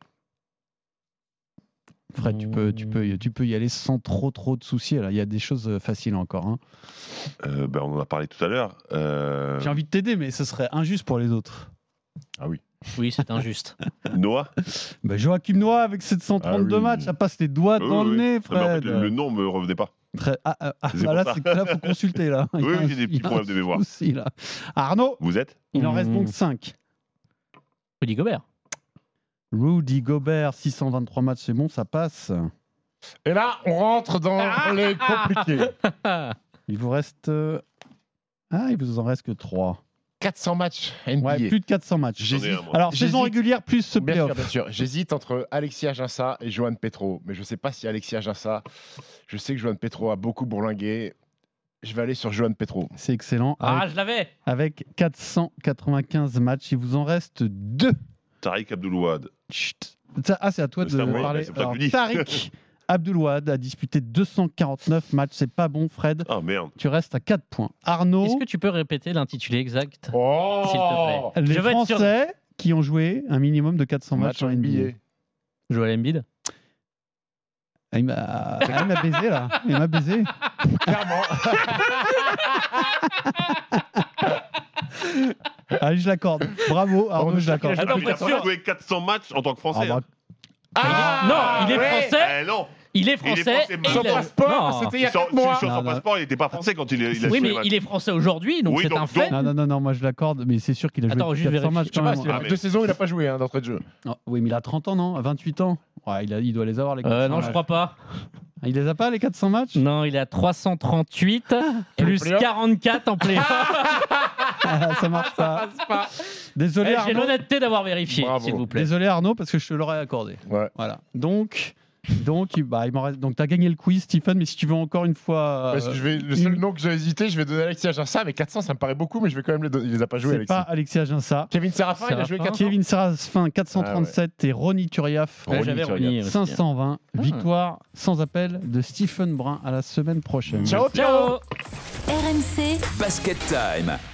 Fred, tu peux, tu peux, tu peux y aller sans trop, trop de soucis. Là. Il y a des choses faciles encore. hein. Euh, ben, on en a parlé tout à l'heure. Euh, J'ai envie de t'aider, mais ce serait injuste pour les autres. Ah oui. Oui, c'est injuste. Noah. Bah, Joachim Noah avec sept cent trente-deux Ah oui. matchs, ça passe les doigts Oui, dans oui, le nez, Non, mais en fait, Fred. le, le nom me revenait pas. Très- Ah, ah, ah, C'est bah pour là, ça. c'est là, faut consulter là. Il y a Oui, un- j'ai des petits il y a un problèmes de mémoire. souci, là. Arnaud, Vous êtes il en reste Mmh. donc cinq. Rudy Gobert. Rudy Gobert, six cent vingt-trois matchs, c'est bon, ça passe. Et là, on rentre dans les compliqués. Il vous reste. euh, Ah, il vous en reste que trois. quatre cents matchs N B A. Ouais, plus de quatre cents matchs. J'en ai J'hésite. un, moi. Alors, saison J'hésite. régulière plus ce Bien sûr, playoff. bien sûr. J'hésite entre Alexis Aginsa et Johan Petro. Mais je ne sais pas si Alexis Aginsa. Je sais que Johan Petro a beaucoup bourlingué. Je vais aller sur Johan Petro. C'est excellent. Ah, Avec, je l'avais. avec quatre cent quatre-vingt-quinze matchs, il vous en reste deux. Tariq Abdul-Wahad. Chut. Ça- Ah, c'est à toi de C'est à moi, parler. c'est pour ça que Alors, je dis. Tariq Abdul-Wahad a disputé deux cent quarante-neuf matchs. C'est pas bon, Fred. Ah merde. Tu restes à quatre points. Arnaud, Est-ce que tu peux répéter l'intitulé exact Oh S'il te plaît. les Je veux être sûr- Français qui ont joué un minimum de quatre cents matchs en N B A. Joel Embiid. Ah, il m'a ah, il m'a baisé là. Il m'a baisé. Clairement. Allez, je l'accorde. Bravo, Arnaud, On je l'accorde. Attends, Il a pas pas sûr. joué quatre cents matchs en tant que Français. Ah, bah, Ah, non, il est ouais. français. Eh non. Il est français. Il est français, et mais- il Son a- passeport, Non. c'était il y a Sur, quatre mois. sur Non, son non. passeport, il n'était pas français quand il, il a Oui, joué mais les matchs. il est français aujourd'hui, donc Oui, c'est donc- un fait. donc- Non, non, non, non, moi je l'accorde, mais c'est sûr qu'il a joué Attends, juste quatre cents vérifie. matchs Je sais quand pas, même. c'est- Ah, mais- deux saisons, il n'a pas joué hein, d'entrée de jeu. Ah, oui, mais il a trente ans, non vingt-huit ans. Ouais, il, a- il doit les avoir, les quatre cents Euh, non, je matchs. crois pas. Il les a pas, les quatre cents matchs Non, il est à trois cent trente-huit, plus playoff quarante-quatre en playoff. Ah, ça marche ça. Désolé, Eh, J'ai Arnaud. l'honnêteté d'avoir vérifié, Bravo. s'il vous plaît. Désolé Arnaud, parce que je te l'aurais accordé. Ouais. Voilà. Donc, donc, il- bah, il m'en reste. Donc, t'as gagné le quiz, Stephen. Mais si tu veux encore une fois, Parce que euh, je vais, le seul une- nom que j'ai hésité, je vais donner Alexis Aginsa, mais quatre cents, ça me paraît beaucoup, mais je vais quand même les donner. Il les a pas joués, c'est Alexis. pas Alexis Aginsa. Kevin Serafin, il a joué Serafin. quatre cents. Kevin Serafin quatre cent trente-sept et Ronny Turiaf Ouais, j'avais Ronny, Ronny aussi. cinq cent vingt. Ah. Victoire sans appel de Stephen Brun. À la semaine prochaine. Ciao, ciao. Basket Time.